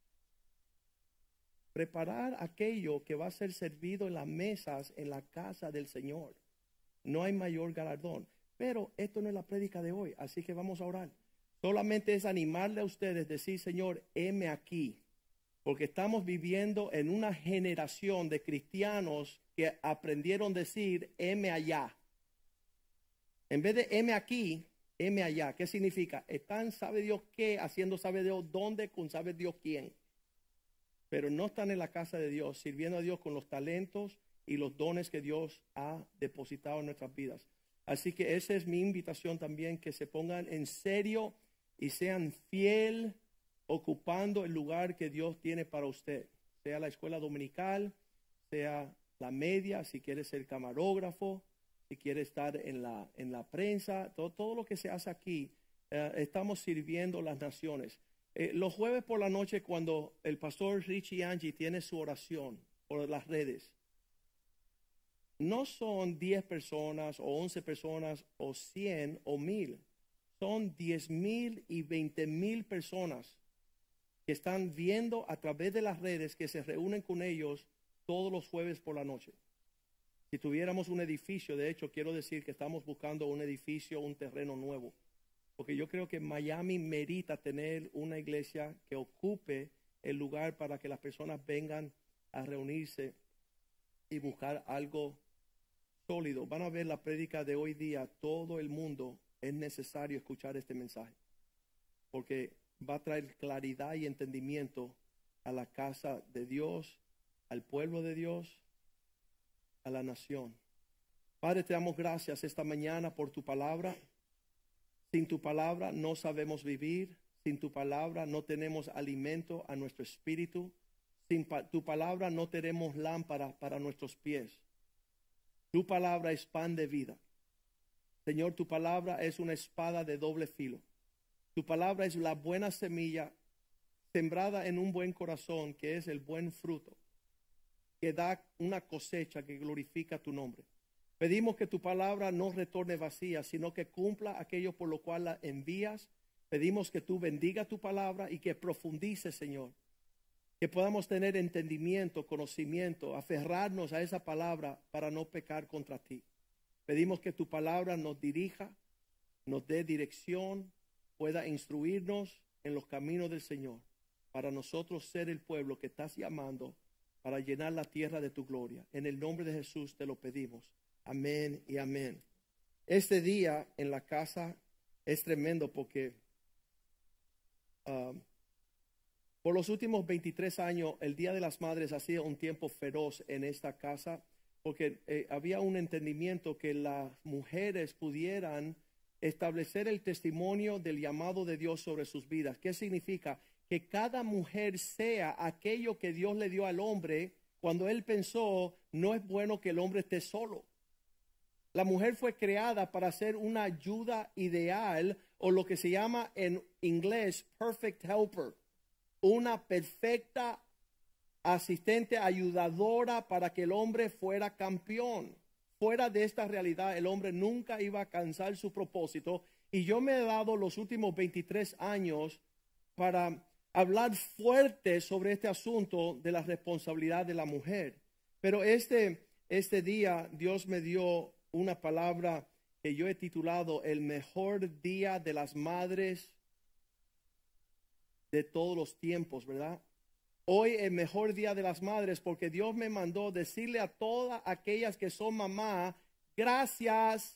Preparar aquello que va a ser servido en las mesas en la casa del Señor. No hay mayor galardón. Pero esto no es la prédica de hoy, así que vamos a orar. Solamente es animarle a ustedes, decir, Señor, heme aquí. Porque estamos viviendo en una generación de cristianos que aprendieron a decir, heme allá. En vez de heme aquí, heme allá. ¿Qué significa? Están, sabe Dios qué, haciendo sabe Dios dónde, con sabe Dios quién. Pero no están en la casa de Dios, sirviendo a Dios con los talentos y los dones que Dios ha depositado en nuestras vidas. Así que esa es mi invitación también, que se pongan en serio y sean fiel ocupando el lugar que Dios tiene para usted. Sea la escuela dominical, sea la media, si quiere ser camarógrafo, si quiere estar en la, en la prensa, todo, todo lo que se hace aquí, eh, estamos sirviendo las naciones. Eh, los jueves por la noche, cuando el pastor Richie Angie tiene su oración por las redes, no son diez personas o once personas o cien o mil, son diez mil y veinte mil personas que están viendo a través de las redes, que se reúnen con ellos todos los jueves por la noche. Si tuviéramos un edificio, de hecho quiero decir que estamos buscando un edificio, un terreno nuevo, porque yo creo que Miami merita tener una iglesia que ocupe el lugar para que las personas vengan a reunirse y buscar algo sólido. Van a ver la prédica de hoy día, todo el mundo es necesario escuchar este mensaje, porque va a traer claridad y entendimiento a la casa de Dios, al pueblo de Dios, a la nación. Padre, te damos gracias esta mañana por tu palabra. Sin tu palabra no sabemos vivir. Sin tu palabra no tenemos alimento a nuestro espíritu. Sin pa- tu palabra no tenemos lámpara para nuestros pies. Tu palabra es pan de vida. Señor, tu palabra es una espada de doble filo. Tu palabra es la buena semilla sembrada en un buen corazón, que es el buen fruto, que da una cosecha que glorifica tu nombre. Pedimos que tu palabra no retorne vacía, sino que cumpla aquello por lo cual la envías. Pedimos que tú bendiga tu palabra y que profundice, Señor. Que podamos tener entendimiento, conocimiento, aferrarnos a esa palabra para no pecar contra ti. Pedimos que tu palabra nos dirija, nos dé dirección, pueda instruirnos en los caminos del Señor, para nosotros ser el pueblo que estás llamando para llenar la tierra de tu gloria. En el nombre de Jesús te lo pedimos. Amén y amén. Este día en la casa es tremendo porque uh, por los últimos veintitrés años el Día de las Madres ha sido un tiempo feroz en esta casa, porque eh, había un entendimiento que las mujeres pudieran establecer el testimonio del llamado de Dios sobre sus vidas. ¿Qué significa? Que cada mujer sea aquello que Dios le dio al hombre cuando él pensó, no es bueno que el hombre esté solo. La mujer fue creada para ser una ayuda ideal, o lo que se llama en inglés perfect helper, una perfecta asistente, ayudadora para que el hombre fuera campeón. Fuera de esta realidad, el hombre nunca iba a alcanzar su propósito. Y yo me he dado los últimos veintitrés años para hablar fuerte sobre este asunto de la responsabilidad de la mujer. Pero este, este día Dios me dio una palabra que yo he titulado el mejor día de las madres de todos los tiempos, ¿verdad? Hoy el mejor día de las madres, porque Dios me mandó decirle a todas aquellas que son mamá, gracias.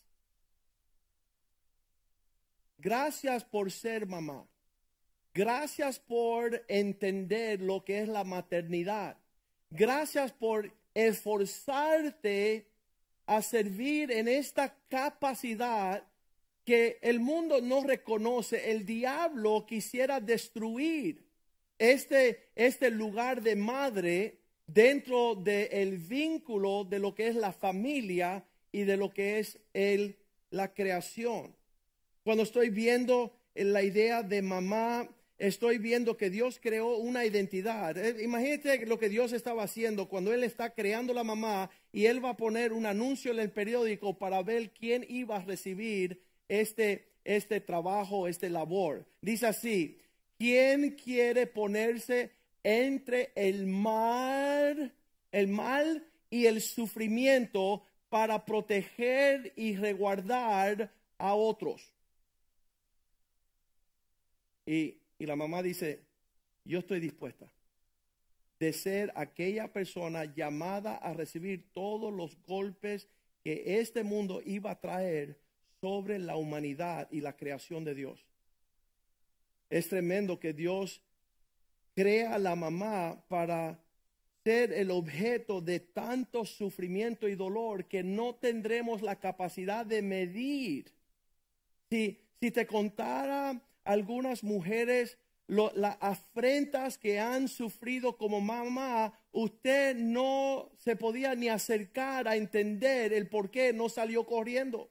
Gracias por ser mamá. Gracias por entender lo que es la maternidad. Gracias por esforzarte a servir en esta capacidad que el mundo no reconoce. El diablo quisiera destruir este, este lugar de madre dentro del vínculo de lo que es la familia, y de lo que es el, la creación. Cuando estoy viendo la idea de mamá, estoy viendo que Dios creó una identidad. Eh, Imagínate lo que Dios estaba haciendo cuando Él está creando la mamá y Él va a poner un anuncio en el periódico para ver quién iba a recibir este, este trabajo, este labor. Dice así: ¿quién quiere ponerse entre el mal, el mal y el sufrimiento para proteger y resguardar a otros? Y, y la mamá dice: yo estoy dispuesta de ser aquella persona llamada a recibir todos los golpes que este mundo iba a traer sobre la humanidad y la creación de Dios. Es tremendo que Dios crea a la mamá para ser el objeto de tanto sufrimiento y dolor que no tendremos la capacidad de medir. Si, si te contara algunas mujeres lo, las afrentas que han sufrido como mamá, usted no se podía ni acercar a entender el por qué no salió corriendo.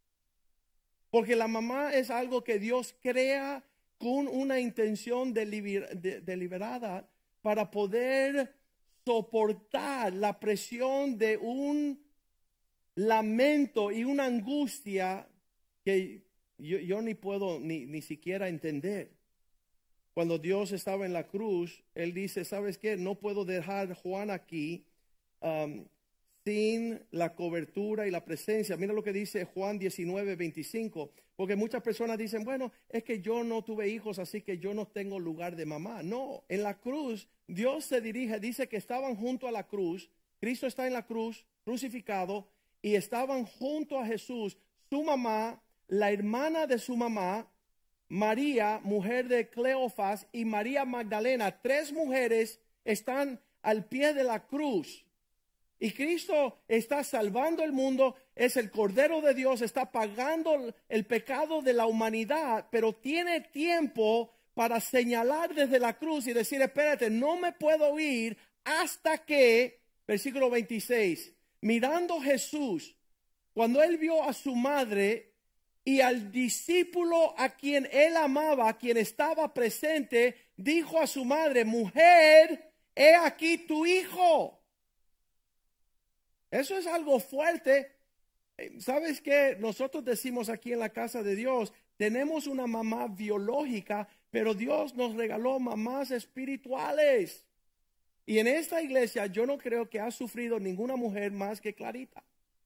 Porque la mamá es algo que Dios crea con una intención deliber, de, deliberada para poder soportar la presión de un lamento y una angustia que yo, yo ni puedo ni, ni siquiera entender. Cuando Dios estaba en la cruz, Él dice: ¿sabes qué? No puedo dejar a Juan aquí um, sin la cobertura y la presencia. Mira lo que dice Juan diecinueve, veinticinco. Porque muchas personas dicen: bueno, es que yo no tuve hijos, así que yo no tengo lugar de mamá. No, en la cruz Dios se dirige, dice que estaban junto a la cruz. Cristo está en la cruz, crucificado, y estaban junto a Jesús, su mamá, la hermana de su mamá, María, mujer de Cleofas, y María Magdalena. Tres mujeres están al pie de la cruz. Y Cristo está salvando el mundo, es el Cordero de Dios, está pagando el pecado de la humanidad, pero tiene tiempo para señalar desde la cruz y decir: espérate, no me puedo ir hasta que, versículo veintiséis, mirando Jesús, cuando Él vio a su madre y al discípulo a quien Él amaba, a quien estaba presente, dijo a su madre: mujer, he aquí tu hijo. Eso es algo fuerte. ¿Sabes qué? Nosotros decimos aquí en la casa de Dios, tenemos una mamá biológica, pero Dios nos regaló mamás espirituales. Y en esta iglesia yo no creo que ha sufrido ninguna mujer más que Clarita.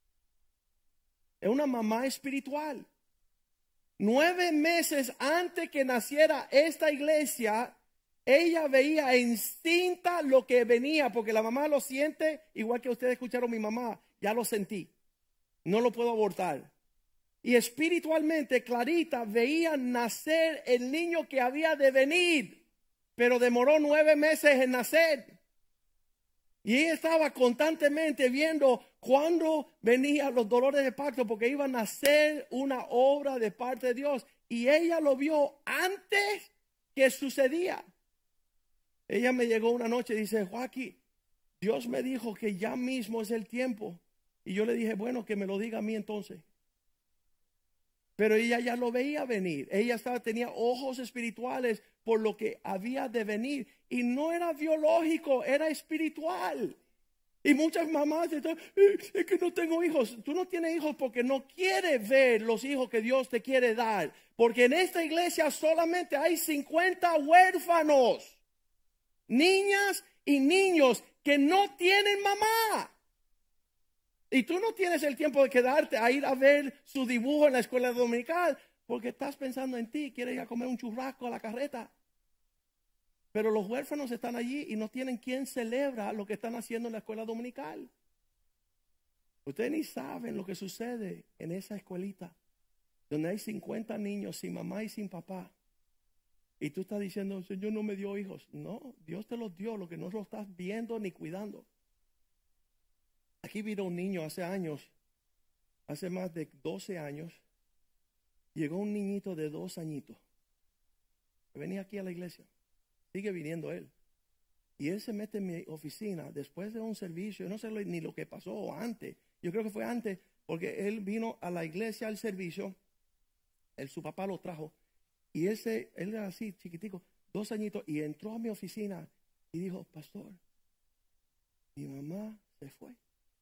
Es una mamá espiritual. Nueve meses antes que naciera esta iglesia, ella veía encinta lo que venía, porque la mamá lo siente, igual que ustedes escucharon mi mamá, ya lo sentí, no lo puedo abortar. Y espiritualmente Clarita veía nacer el niño que había de venir, pero demoró nueve meses en nacer. Y ella estaba constantemente viendo cuándo venían los dolores de parto, porque iba a nacer una obra de parte de Dios. Y ella lo vio antes que sucedía. Ella me llegó una noche y dice: Joaquín, Dios me dijo que ya mismo es el tiempo. Y yo le dije: bueno, que me lo diga a mí entonces. Pero ella ya lo veía venir. Ella estaba, tenía ojos espirituales por lo que había de venir. Y no era biológico, era espiritual. Y muchas mamás dicen: es que no tengo hijos. Tú no tienes hijos porque no quieres ver los hijos que Dios te quiere dar. Porque en esta iglesia solamente hay cincuenta huérfanos. Niñas y niños que no tienen mamá. Y tú no tienes el tiempo de quedarte a ir a ver su dibujo en la escuela dominical, porque estás pensando en ti, quieres ir a comer un churrasco a la carreta. Pero los huérfanos están allí y no tienen quien celebra lo que están haciendo en la escuela dominical. Ustedes ni saben lo que sucede en esa escuelita, donde hay cincuenta niños sin mamá y sin papá. Y tú estás diciendo: Señor no me dio hijos. No, Dios te los dio, lo que no lo estás viendo ni cuidando. Aquí vino un niño hace años, hace más de doce años. Llegó un niñito de dos añitos. Venía aquí a la iglesia. Sigue viniendo él. Y él se mete en mi oficina después de un servicio. No sé ni lo que pasó antes. Yo creo que fue antes. porque él vino a la iglesia al servicio, él, su papá lo trajo, y él, se, él era así, chiquitico, dos añitos, y entró a mi oficina y dijo, pastor, mi mamá se fue.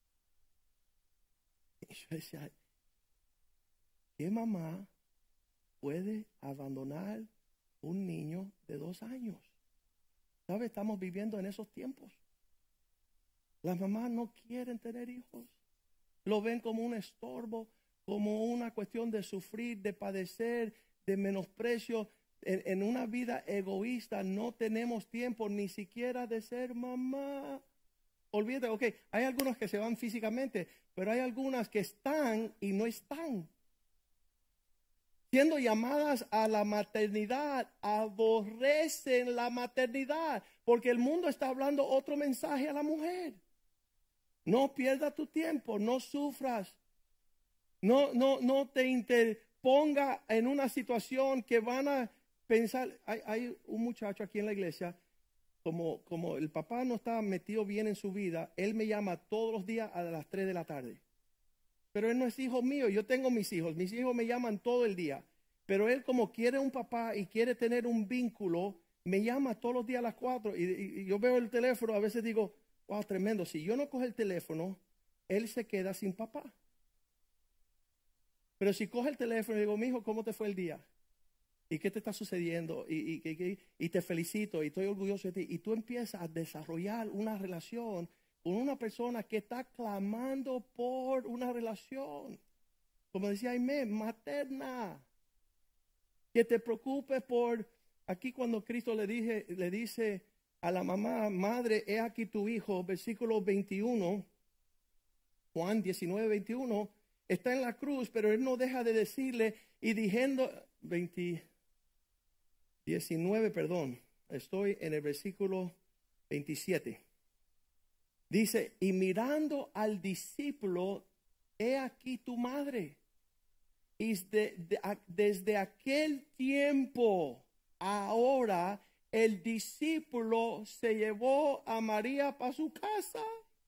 Y yo decía, ¿qué mamá puede abandonar un niño de dos años? ¿Sabe? Estamos viviendo en esos tiempos. Las mamás no quieren tener hijos. Lo ven como un estorbo, como una cuestión de sufrir, de padecer, de menosprecio. En, en una vida egoísta no tenemos tiempo ni siquiera de ser mamá. Olvídate, ok, hay algunos que se van físicamente, pero hay algunas que están y no están. Siendo llamadas a la maternidad, aborrecen la maternidad, porque el mundo está hablando otro mensaje a la mujer. No pierdas tu tiempo, no sufras, no, no, no te interponga en una situación que van a pensar. Hay, hay un muchacho aquí en la iglesia, como, como el papá no está metido bien en su vida, él me llama todos los días a las tres de la tarde. Pero él no es hijo mío, yo tengo mis hijos, mis hijos me llaman todo el día. Pero él como quiere un papá y quiere tener un vínculo, me llama todos los días a las cuatro y, y, y yo veo el teléfono, a veces digo, wow, tremendo, si yo no cojo el teléfono, él se queda sin papá. Pero si coge el teléfono y digo, mijo, ¿cómo te fue el día? ¿Y qué te está sucediendo? Y, y, y, y te felicito y estoy orgulloso de ti. Y tú empiezas a desarrollar una relación con una persona que está clamando por una relación, como decía Aimé, materna, que te preocupes por, aquí cuando Cristo le, dije, le dice a la mamá, madre, he aquí tu hijo, versículo veintiuno, Juan diecinueve, veintiuno, está en la cruz, pero él no deja de decirle y diciendo, veinte, diecinueve, perdón, estoy en el versículo veintisiete. Dice, y mirando al discípulo, he aquí tu madre. Y de, de, desde aquel tiempo, ahora, el discípulo se llevó a María para su casa.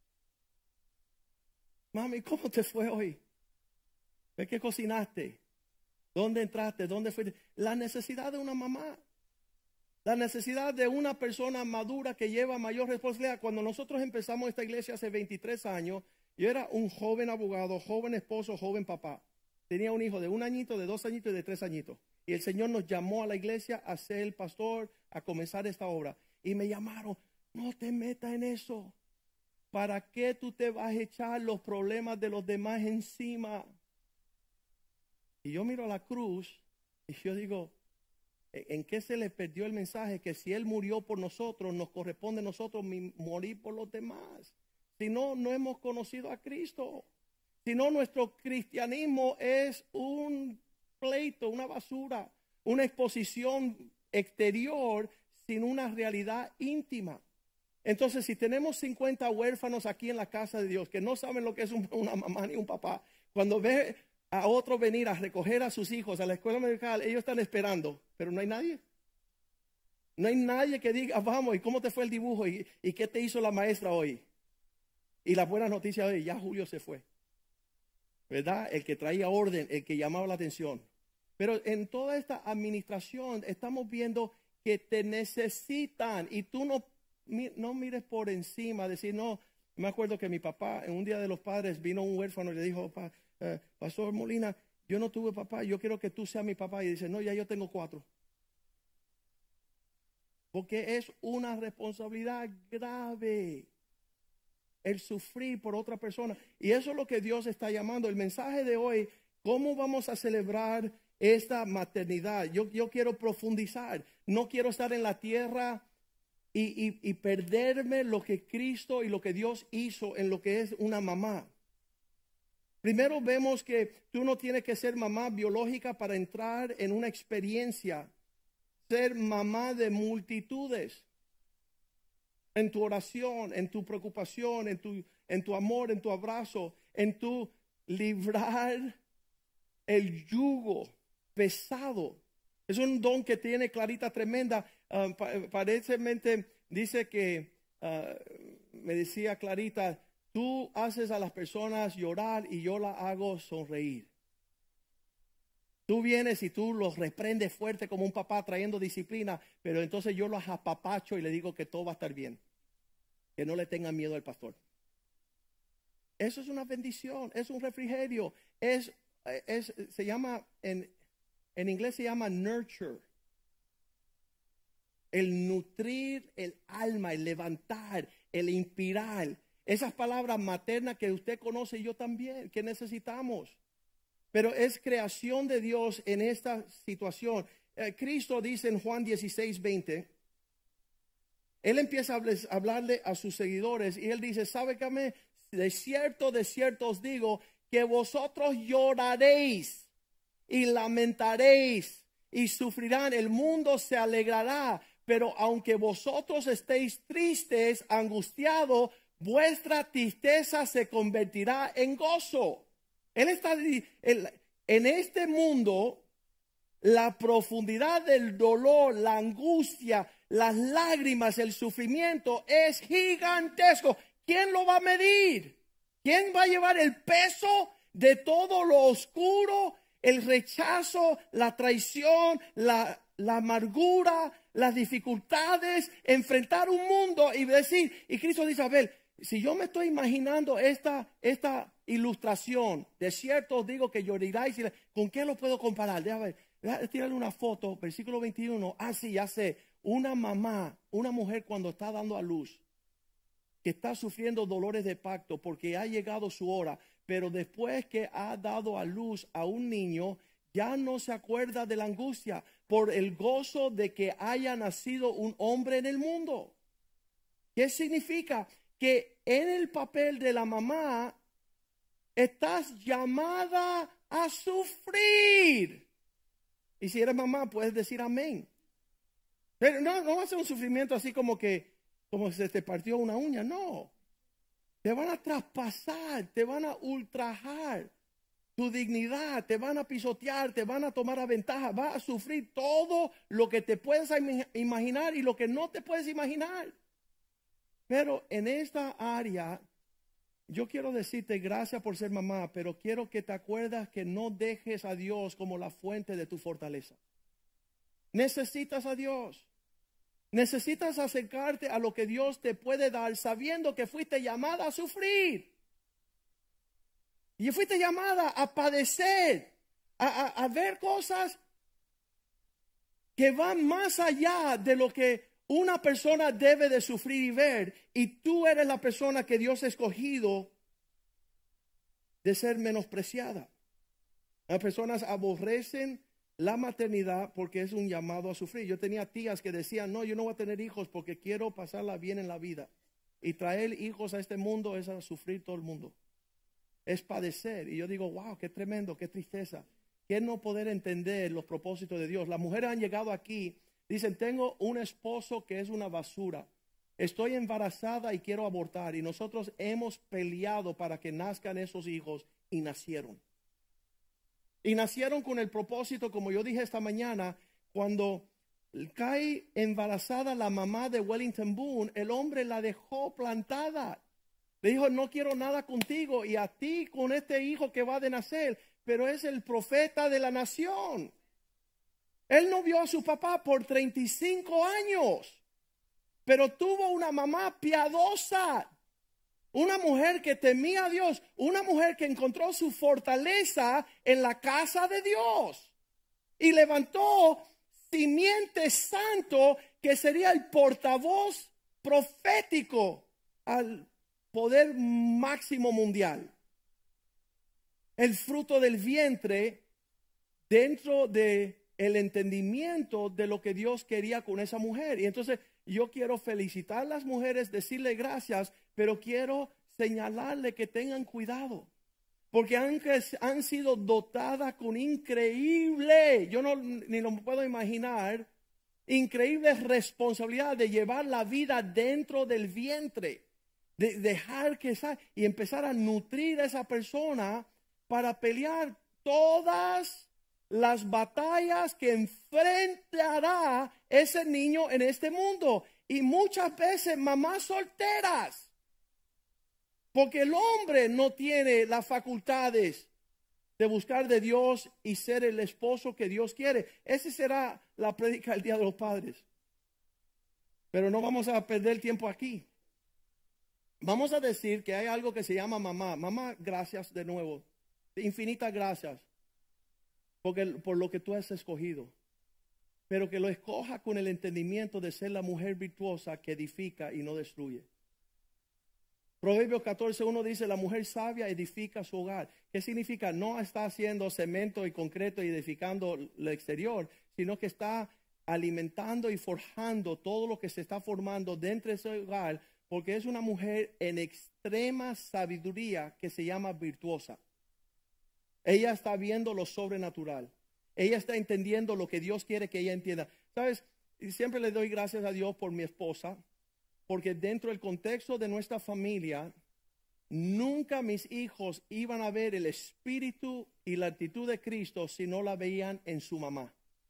Mami, ¿cómo te fue hoy? ¿Ves que cocinaste? ¿Dónde entraste? ¿Dónde fuiste? La necesidad de una mamá. La necesidad de una persona madura que lleva mayor responsabilidad. Cuando nosotros empezamos esta iglesia hace veintitrés años, yo era un joven abogado, joven esposo, joven papá. Tenía un hijo de un añito, de dos añitos y de tres añitos. Y el Señor nos llamó a la iglesia a ser el pastor, a comenzar esta obra. Y me llamaron, no te metas en eso. ¿Para qué tú te vas a echar los problemas de los demás encima? Y yo miro a la cruz y yo digo, ¿en qué se le perdió el mensaje? Que si Él murió por nosotros, nos corresponde a nosotros morir por los demás. Si no, no hemos conocido a Cristo. Si no, nuestro cristianismo es un pleito, una basura, una exposición exterior sin una realidad íntima. Entonces, si tenemos cincuenta huérfanos aquí en la casa de Dios que no saben lo que es una mamá ni un papá, cuando ve a otro venir a recoger a sus hijos a la escuela medical, ellos están esperando, pero no hay nadie. No hay nadie que diga, vamos, ¿y cómo te fue el dibujo? ¿Y, y qué te hizo la maestra hoy? Y la buena noticia hoy, ya Julio se fue. ¿Verdad? El que traía orden, el que llamaba la atención. Pero en toda esta administración estamos viendo que te necesitan y tú no, no mires por encima, decir, no, me acuerdo que mi papá, en un día de los padres, vino un huérfano y le dijo, pa, eh, Pastor Molina, yo no tuve papá, yo quiero que tú seas mi papá. Y dice, no, ya yo tengo cuatro. Porque es una responsabilidad grave el sufrir por otra persona. Y eso es lo que Dios está llamando. El mensaje de hoy, ¿cómo vamos a celebrar esta maternidad? Yo, yo quiero profundizar. No quiero estar en la tierra y, y, y perderme lo que Cristo y lo que Dios hizo en lo que es una mamá. Primero vemos que tú no tienes que ser mamá biológica para entrar en una experiencia. Ser mamá de multitudes. En tu oración, en tu preocupación, en tu, en tu amor, en tu abrazo, en tu librar el yugo pesado. Es un don que tiene Clarita tremenda. Uh, pa, parecentemente dice que, uh, me decía Clarita, Tú haces a las personas llorar y yo la hago sonreír. Tú vienes y tú los reprendes fuerte como un papá trayendo disciplina, pero entonces yo los apapacho y le digo que todo va a estar bien. Que no le tengan miedo al pastor. Eso es una bendición, es un refrigerio. Es, es, se llama, en, en inglés se llama nurture. El nutrir el alma, el levantar, el inspirar. Esas palabras maternas que usted conoce y yo también, que necesitamos. Pero es creación de Dios en esta situación. Eh, Cristo dice en Juan dieciséis, veinte, Él empieza a hablarle a sus seguidores y Él dice, ¿sabe qué? Me, de cierto, de cierto os digo que vosotros lloraréis y lamentaréis y sufrirán. El mundo se alegrará, pero aunque vosotros estéis tristes, angustiados, vuestra tristeza se convertirá en gozo. Él está en este mundo, la profundidad del dolor, la angustia, las lágrimas, el sufrimiento es gigantesco. ¿Quién lo va a medir? ¿Quién va a llevar el peso de todo lo oscuro, el rechazo, la traición, la, la amargura, las dificultades, enfrentar un mundo y decir, y Cristo dice, a ver, si yo me estoy imaginando esta, esta ilustración, de cierto os digo que lloraréis, ¿con qué lo puedo comparar? Déjame ver, déjame tirarle una foto, versículo veintiuno, ah sí, ya sé, una mamá, una mujer cuando está dando a luz, que está sufriendo dolores de parto porque ha llegado su hora, pero después que ha dado a luz a un niño, ya no se acuerda de la angustia por el gozo de que haya nacido un hombre en el mundo. ¿Qué significa? Que en el papel de la mamá estás llamada a sufrir. Y si eres mamá puedes decir amén. Pero no, no va a ser un sufrimiento así como que como se te partió una uña, no. Te van a traspasar, te van a ultrajar tu dignidad, te van a pisotear, te van a tomar a ventaja, vas a sufrir todo lo que te puedes imaginar y lo que no te puedes imaginar. Pero en esta área, yo quiero decirte gracias por ser mamá, pero quiero que te acuerdas que no dejes a Dios como la fuente de tu fortaleza. Necesitas a Dios. Necesitas acercarte a lo que Dios te puede dar sabiendo que fuiste llamada a sufrir. Y fuiste llamada a padecer, a, a, a ver cosas que van más allá de lo que una persona debe de sufrir y ver, y tú eres la persona que Dios ha escogido de ser menospreciada. Las personas aborrecen la maternidad porque es un llamado a sufrir. Yo tenía tías que decían, no, yo no voy a tener hijos porque quiero pasarla bien en la vida. Y traer hijos a este mundo es a sufrir todo el mundo. Es padecer. Y yo digo, wow, qué tremendo, qué tristeza. Que no poder entender los propósitos de Dios. Las mujeres han llegado aquí. Dicen, tengo un esposo que es una basura. Estoy embarazada y quiero abortar. Y nosotros hemos peleado para que nazcan esos hijos y nacieron. Y nacieron con el propósito, como yo dije esta mañana, cuando cae embarazada la mamá de Wellington Boone, el hombre la dejó plantada. Le dijo, no quiero nada contigo y a ti con este hijo que va de nacer, pero es el profeta de la nación. Él no vio a su papá por treinta y cinco años, pero tuvo una mamá piadosa, una mujer que temía a Dios, una mujer que encontró su fortaleza en la casa de Dios y levantó simiente santo que sería el portavoz profético al poder máximo mundial. El fruto del vientre dentro de el entendimiento de lo que Dios quería con esa mujer. Y entonces yo quiero felicitar a las mujeres, decirle gracias, pero quiero señalarle que tengan cuidado, porque han, han sido dotadas con increíble, yo no ni lo puedo imaginar, increíble responsabilidad de llevar la vida dentro del vientre, de dejar que salga y empezar a nutrir a esa persona para pelear todas las batallas que enfrentará ese niño en este mundo. Y muchas veces mamás solteras Porque el hombre no tiene las facultades de buscar de Dios y ser el esposo que Dios quiere. Esa será la prédica del Día de los Padres. Pero no vamos a perder tiempo aquí. Vamos a decir que hay algo que se llama mamá. Mamá, gracias de nuevo. Infinitas gracias. Porque, por lo que tú has escogido. Pero que lo escoja con el entendimiento de ser la mujer virtuosa que edifica y no destruye. Proverbios catorce uno dice, la mujer sabia edifica su hogar. ¿Qué significa? No está haciendo cemento y concreto y edificando el exterior, sino que está alimentando y forjando todo lo que se está formando dentro de ese hogar, porque es una mujer en extrema sabiduría que se llama virtuosa. Ella está viendo lo sobrenatural. Ella está entendiendo lo que Dios quiere que ella entienda. ¿Sabes? Y siempre le doy gracias a Dios por mi esposa, porque dentro del contexto de nuestra familia, nunca mis hijos iban a ver el espíritu y la actitud de Cristo si no la veían en su mamá.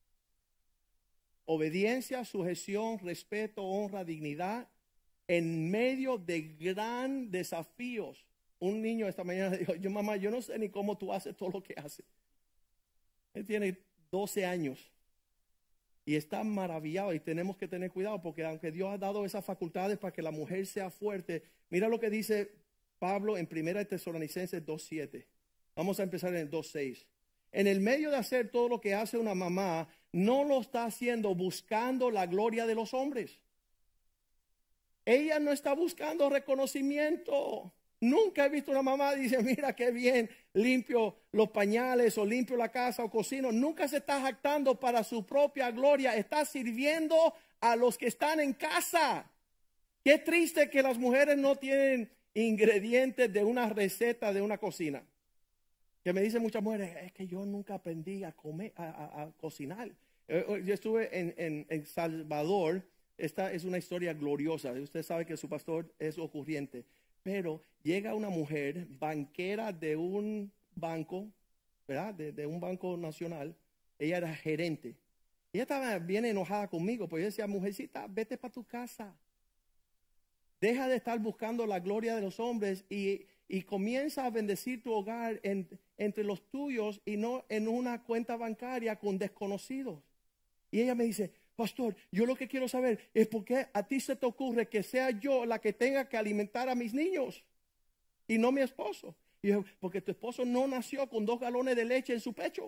Obediencia, sujeción, respeto, honra, dignidad, en medio de gran desafíos. Un niño esta mañana dijo, yo mamá, yo no sé ni cómo tú haces todo lo que haces. Él tiene doce años. Y está maravillado y tenemos que tener cuidado porque aunque Dios ha dado esas facultades para que la mujer sea fuerte, mira lo que dice Pablo en primera de Tesalonicenses dos siete. Vamos a empezar en el dos seis. En el medio de hacer todo lo que hace una mamá, no lo está haciendo buscando la gloria de los hombres. Ella no está buscando reconocimiento. Nunca he visto una mamá que dice, mira qué bien, limpio los pañales o limpio la casa o cocino. Nunca se está jactando para su propia gloria. Está sirviendo a los que están en casa. Qué triste que las mujeres no tienen ingredientes de una receta de una cocina. Que me dicen muchas mujeres, es que yo nunca aprendí a comer, a, a, a cocinar. Yo estuve en, en, en Salvador. Esta es una historia gloriosa. Usted sabe que su pastor es ocurriente. Pero llega una mujer banquera de un banco, ¿verdad? De, de un banco nacional. Ella era gerente. Ella estaba bien enojada conmigo, porque yo decía, mujercita, vete para tu casa. Deja de estar buscando la gloria de los hombres y, y comienza a bendecir tu hogar en, entre los tuyos y no en una cuenta bancaria con desconocidos. Y ella me dice, pastor, yo lo que quiero saber es por qué a ti se te ocurre que sea yo la que tenga que alimentar a mis niños y no mi esposo. Y yo, porque tu esposo no nació con dos galones de leche en su pecho.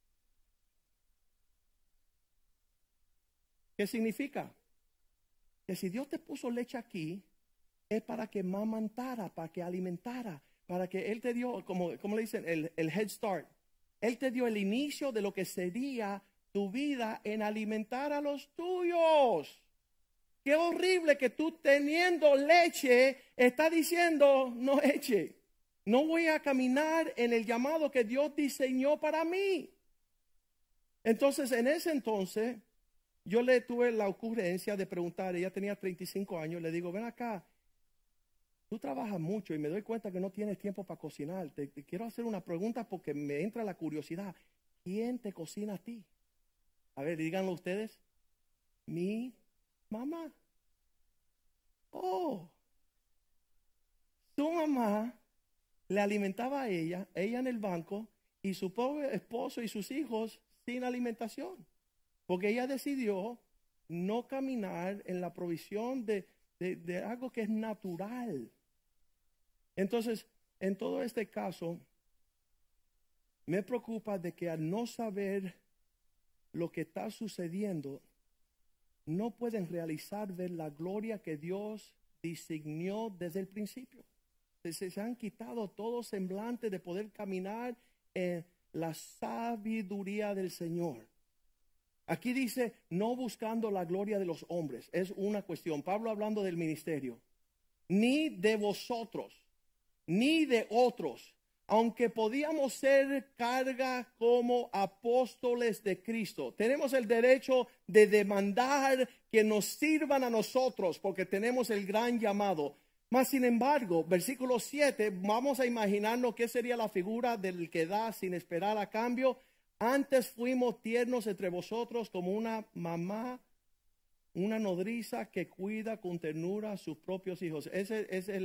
¿Qué significa? Que si Dios te puso leche aquí, es para que mamantara, para que alimentara, para que Él te dio, como, como le dicen, el, el head start. Él te dio el inicio de lo que sería tu vida en alimentar a los tuyos. Qué horrible que tú teniendo leche está diciendo no eche. No voy a caminar en el llamado que Dios diseñó para mí. Entonces, en ese entonces, yo le tuve la ocurrencia de preguntar, ella tenía treinta y cinco años, le digo, ven acá, tú trabajas mucho y me doy cuenta que no tienes tiempo para cocinar. Te, te quiero hacer una pregunta porque me entra la curiosidad. ¿Quién te cocina a ti? A ver, díganlo ustedes. Mi mamá. Oh. Su mamá le alimentaba a ella, ella en el banco, y su pobre esposo y sus hijos sin alimentación. Porque ella decidió no caminar en la provisión de, de, de algo que es natural. Entonces, en todo este caso, me preocupa de que al no saber lo que está sucediendo, no pueden realizar ver la gloria que Dios diseñó desde el principio. Se, se han quitado todo semblante de poder caminar en la sabiduría del Señor. Aquí dice, no buscando la gloria de los hombres. Es una cuestión. Pablo hablando del ministerio. Ni de vosotros, ni de otros. Aunque podíamos ser carga como apóstoles de Cristo, tenemos el derecho de demandar que nos sirvan a nosotros porque tenemos el gran llamado. Mas sin embargo, versículo siete, vamos a imaginarnos qué sería la figura del que da sin esperar a cambio. Antes fuimos tiernos entre vosotros como una mamá, una nodriza que cuida con ternura a sus propios hijos. Ese es el,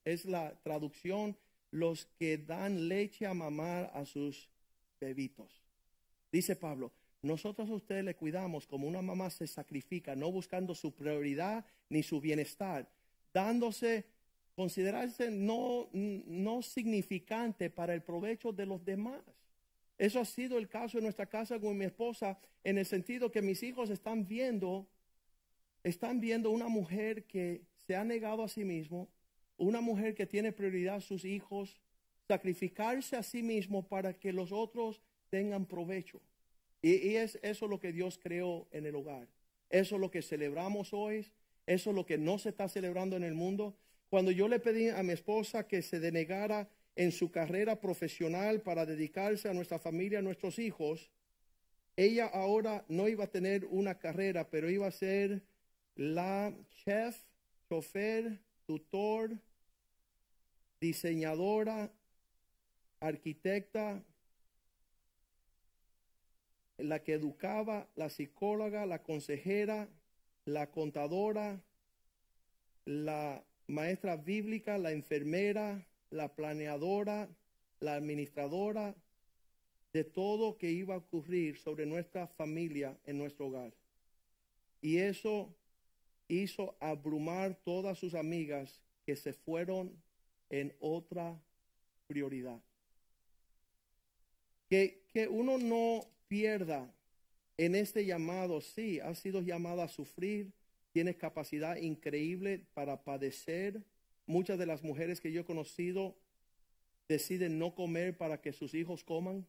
es la traducción, los que dan leche a mamar a sus bebitos. Dice Pablo, nosotros a ustedes le cuidamos como una mamá se sacrifica, no buscando su prioridad ni su bienestar, dándose, considerarse no, no significante para el provecho de los demás. Eso ha sido el caso en nuestra casa con mi esposa, en el sentido que mis hijos están viendo, están viendo una mujer que se ha negado a sí mismo, una mujer que tiene prioridad a sus hijos, sacrificarse a sí mismo para que los otros tengan provecho. Y, y es eso lo que Dios creó en el hogar. Eso es lo que celebramos hoy. Eso es lo que no se está celebrando en el mundo. Cuando yo le pedí a mi esposa que se denegara en su carrera profesional para dedicarse a nuestra familia, a nuestros hijos, ella ahora no iba a tener una carrera, pero iba a ser la chef, chofer, tutor, diseñadora, arquitecta, la que educaba, la psicóloga, la consejera, la contadora, la maestra bíblica, la enfermera, la planeadora, la administradora, de todo que iba a ocurrir sobre nuestra familia en nuestro hogar. Y eso hizo abrumar todas sus amigas que se fueron en otra prioridad. Que, que uno no pierda en este llamado. Sí, has sido llamado a sufrir, tienes capacidad increíble para padecer. Muchas de las mujeres que yo he conocido deciden no comer para que sus hijos coman,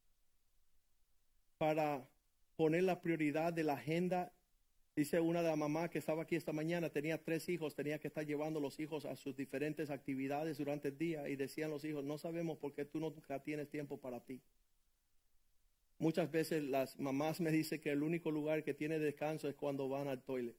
para poner la prioridad de la agenda. Dice una de las mamás que estaba aquí esta mañana, tenía tres hijos, tenía que estar llevando los hijos a sus diferentes actividades durante el día, y decían los hijos, no sabemos por qué tú nunca tienes tiempo para ti. Muchas veces las mamás me dicen que el único lugar que tiene descanso es cuando van al toilet.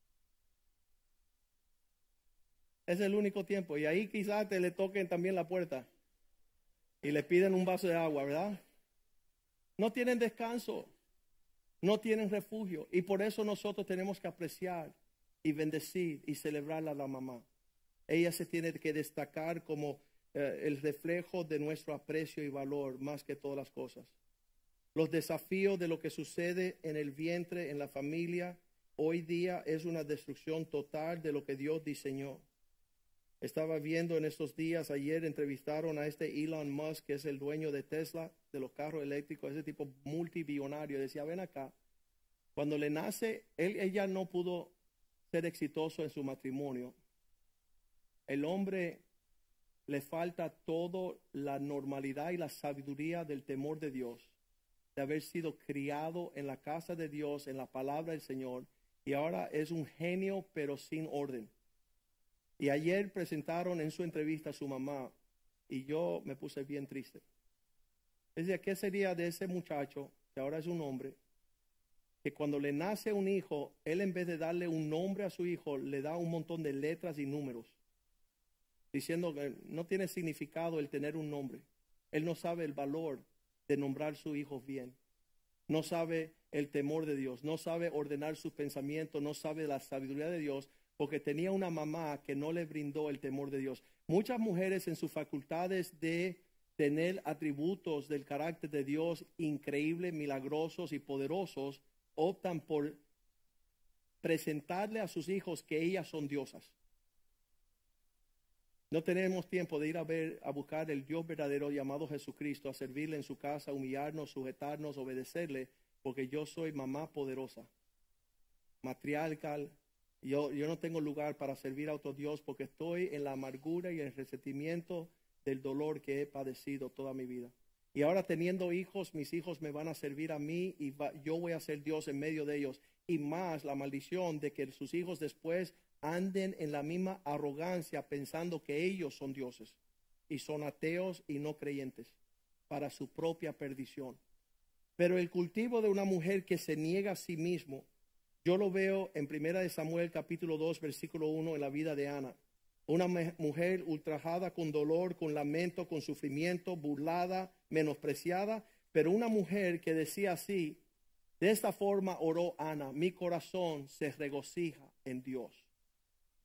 Es el único tiempo. Y ahí quizás te le toquen también la puerta y le piden un vaso de agua, ¿verdad? No tienen descanso, no tienen refugio. Y por eso nosotros tenemos que apreciar y bendecir y celebrar a la mamá. Ella se tiene que destacar como eh, el reflejo de nuestro aprecio y valor más que todas las cosas. Los desafíos de lo que sucede en el vientre, en la familia, hoy día es una destrucción total de lo que Dios diseñó. Estaba viendo en estos días, ayer entrevistaron a este Elon Musk, que es el dueño de Tesla, de los carros eléctricos, ese tipo multibillonario. Decía, ven acá, cuando le nace, él, ella no pudo ser exitoso en su matrimonio. El hombre le falta toda la normalidad y la sabiduría del temor de Dios, de haber sido criado en la casa de Dios, en la palabra del Señor, y ahora es un genio pero sin orden. Y ayer presentaron en su entrevista a su mamá, y yo me puse bien triste. Es decir, ¿qué sería de ese muchacho, que ahora es un hombre, que cuando le nace un hijo, él en vez de darle un nombre a su hijo, le da un montón de letras y números, diciendo que no tiene significado el tener un nombre? Él no sabe el valor de nombrar su hijo bien. No sabe el temor de Dios, no sabe ordenar sus pensamientos, no sabe la sabiduría de Dios, porque tenía una mamá que no le brindó el temor de Dios. Muchas mujeres en sus facultades de tener atributos del carácter de Dios increíbles, milagrosos y poderosos, optan por presentarle a sus hijos que ellas son diosas. No tenemos tiempo de ir a ver, a buscar el Dios verdadero llamado Jesucristo, a servirle en su casa, humillarnos, sujetarnos, obedecerle, porque yo soy mamá poderosa, matriarcal. Yo, yo no tengo lugar para servir a otro Dios porque estoy en la amargura y el resentimiento del dolor que he padecido toda mi vida. Y ahora teniendo hijos, mis hijos me van a servir a mí y va, yo voy a ser Dios en medio de ellos. Y más la maldición de que sus hijos después anden en la misma arrogancia pensando que ellos son dioses y son ateos y no creyentes para su propia perdición. Pero el cultivo de una mujer que se niega a sí mismo, yo lo veo en Primera de Samuel capítulo dos versículo uno en la vida de Ana. Una mujer ultrajada con dolor, con lamento, con sufrimiento, burlada, menospreciada, pero una mujer que decía así, de esta forma oró Ana, mi corazón se regocija en Dios.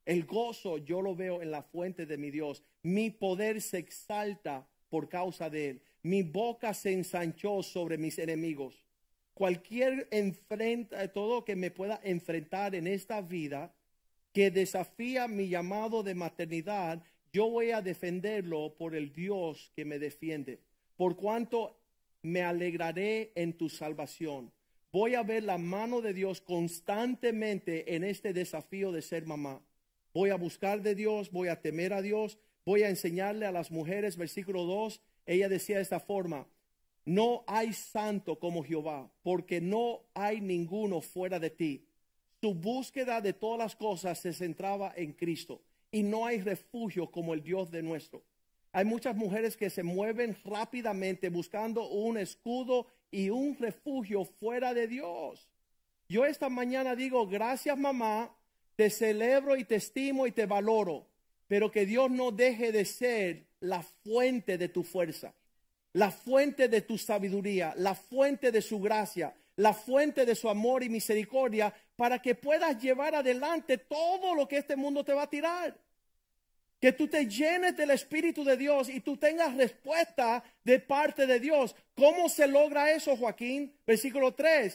El gozo yo lo veo en la fuente de mi Dios. Mi poder se exalta por causa de Él. Mi boca se ensanchó sobre mis enemigos. Cualquier enfrenta, todo que me pueda enfrentar en esta vida que desafía mi llamado de maternidad, yo voy a defenderlo por el Dios que me defiende. Por cuanto me alegraré en tu salvación. Voy a ver la mano de Dios constantemente en este desafío de ser mamá. Voy a buscar de Dios, voy a temer a Dios, voy a enseñarle a las mujeres, versículo dos, ella decía de esta forma, no hay santo como Jehová, porque no hay ninguno fuera de ti. Su búsqueda de todas las cosas se centraba en Cristo y no hay refugio como el Dios de nuestro. Hay muchas mujeres que se mueven rápidamente buscando un escudo y un refugio fuera de Dios. Yo esta mañana digo, gracias mamá, te celebro y te estimo y te valoro, pero que Dios no deje de ser la fuente de tu fuerza, la fuente de tu sabiduría, la fuente de su gracia, la fuente de su amor y misericordia, para que puedas llevar adelante todo lo que este mundo te va a tirar. Que tú te llenes del Espíritu de Dios y tú tengas respuesta de parte de Dios. ¿Cómo se logra eso, Joaquín? Versículo tres.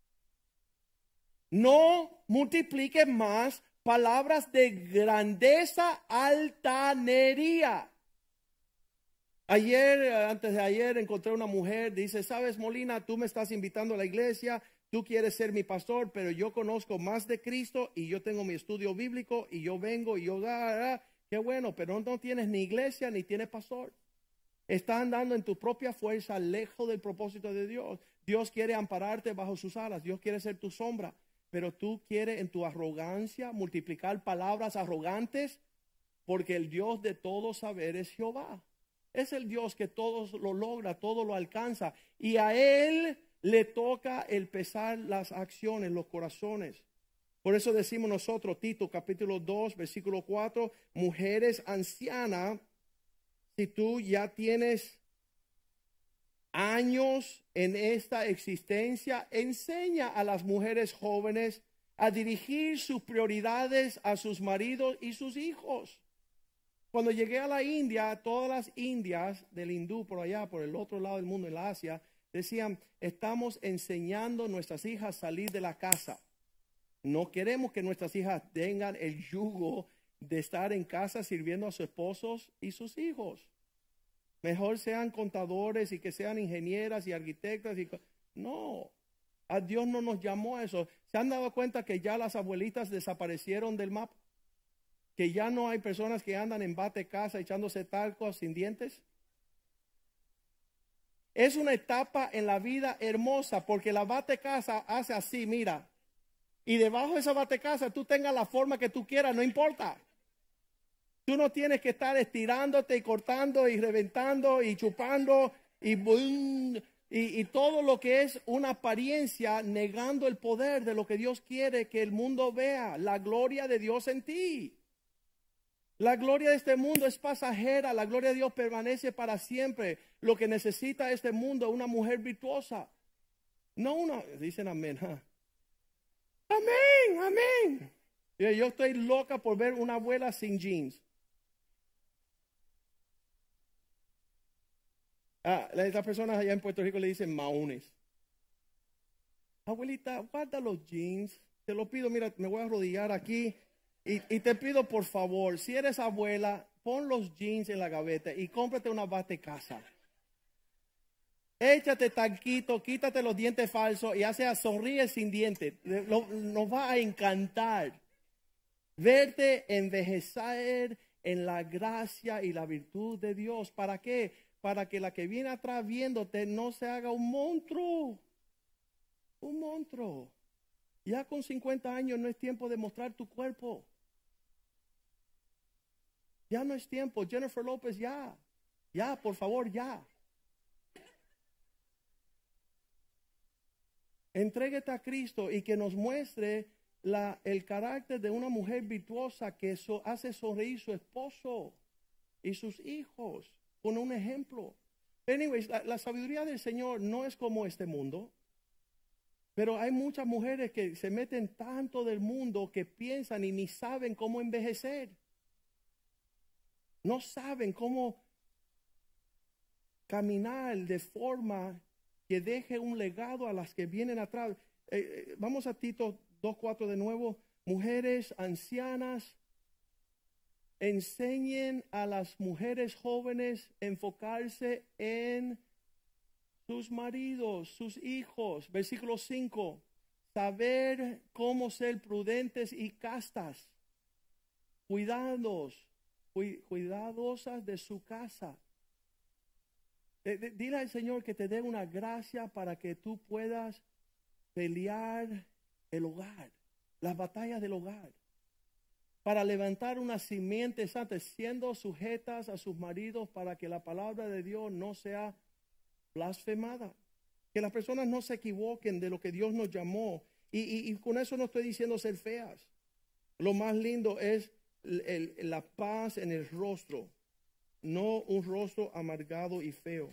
No multipliques más palabras de grandeza, altanería. Ayer, antes de ayer, encontré una mujer, dice, sabes, Molina, tú me estás invitando a la iglesia, tú quieres ser mi pastor, pero yo conozco más de Cristo y yo tengo mi estudio bíblico y yo vengo y yo, ah, ah, qué bueno, pero no tienes ni iglesia ni tienes pastor. Estás andando en tu propia fuerza, lejos del propósito de Dios. Dios quiere ampararte bajo sus alas, Dios quiere ser tu sombra, pero tú quieres en tu arrogancia multiplicar palabras arrogantes, porque el Dios de todo saber es Jehová. Es el Dios que todo lo logra, todo lo alcanza. Y a Él le toca el pesar las acciones, los corazones. Por eso decimos nosotros, Tito capítulo dos, versículo cuatro, mujeres ancianas, si tú ya tienes años en esta existencia, enseña a las mujeres jóvenes a dirigir sus prioridades a sus maridos y sus hijos. Cuando llegué a la India, todas las indias del hindú por allá, por el otro lado del mundo, en la Asia, decían, estamos enseñando a nuestras hijas a salir de la casa. No queremos que nuestras hijas tengan el yugo de estar en casa sirviendo a sus esposos y sus hijos. Mejor sean contadores y que sean ingenieras y arquitectas. Y no, a Dios no nos llamó a eso. ¿Se han dado cuenta que ya las abuelitas desaparecieron del mapa? Que ya no hay personas que andan en bate casa echándose talcos sin dientes. Es una etapa en la vida hermosa porque la bate casa hace así, mira. Y debajo de esa bate casa tú tengas la forma que tú quieras, no importa. Tú no tienes que estar estirándote y cortando y reventando y chupando y, y, y todo lo que es una apariencia, negando el poder de lo que Dios quiere que el mundo vea, la gloria de Dios en ti. La gloria de este mundo es pasajera, la gloria de Dios permanece para siempre. Lo que necesita este mundo es una mujer virtuosa. No una, dicen amén. ¿eh? Amén, amén. Yo, yo estoy loca por ver una abuela sin jeans. Ah, estas personas allá en Puerto Rico le dicen maones. Abuelita, guarda los jeans. Te lo pido, mira, me voy a arrodillar aquí. Y, y te pido por favor, si eres abuela, pon los jeans en la gaveta y cómprate una bate casa. Échate tanquito, quítate los dientes falsos y hace a sonríe sin dientes. Lo, nos va a encantar verte envejecer en la gracia y la virtud de Dios. ¿Para qué? Para que la que viene atrás viéndote no se haga un monstruo. Un monstruo. Ya con cincuenta años no es tiempo de mostrar tu cuerpo. Ya no es tiempo. Jennifer López, ya. Ya, por favor, ya. Entréguete a Cristo y que nos muestre la, el carácter de una mujer virtuosa que so, hace sonreír su esposo y sus hijos con un ejemplo. Anyways, la, la sabiduría del Señor no es como este mundo. Pero hay muchas mujeres que se meten tanto del mundo que piensan y ni saben cómo envejecer. No saben cómo caminar de forma que deje un legado a las que vienen atrás. Eh, eh, vamos a Tito dos cuatro de nuevo. Mujeres ancianas, enseñen a las mujeres jóvenes a enfocarse en sus maridos, sus hijos. Versículo cinco. Saber cómo ser prudentes y castas. Cuidados, cu- cuidadosas de su casa. Eh, eh, Dile al Señor que te dé una gracia para que tú puedas pelear el hogar, las batallas del hogar. Para levantar una simiente santa, siendo sujetas a sus maridos para que la palabra de Dios no sea blasfemada. Que las personas no se equivoquen de lo que Dios nos llamó. Y, y, y con eso no estoy diciendo ser feas. Lo más lindo es el, el, la paz en el rostro, no un rostro amargado y feo.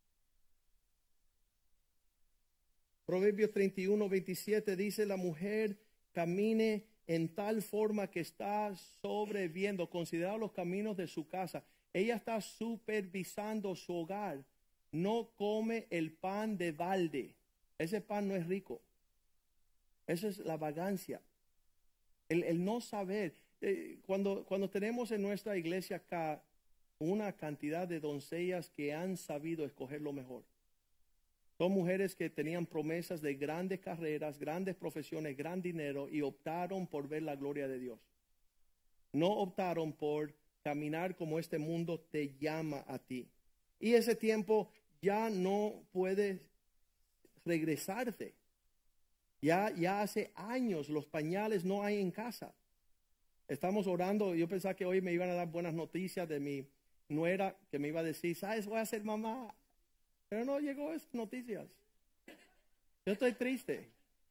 Proverbios treinta y uno, veintisiete dice: la mujer camine en tal forma que está sobreviendo, considera los caminos de su casa. Ella está supervisando su hogar. No come el pan de balde. Ese pan no es rico. Esa es la vagancia. El, el no saber. Eh, cuando, cuando tenemos en nuestra iglesia acá una cantidad de doncellas que han sabido escoger lo mejor. Son mujeres que tenían promesas de grandes carreras, grandes profesiones, gran dinero y optaron por ver la gloria de Dios. No optaron por caminar como este mundo te llama a ti. Y ese tiempo ya no puedes regresarte. Ya, ya hace años los pañales no hay en casa. Estamos orando. Yo pensaba que hoy me iban a dar buenas noticias de mi nuera, que me iba a decir, ¿sabes? Voy a ser mamá. Pero no llegó esas noticias. Yo estoy triste.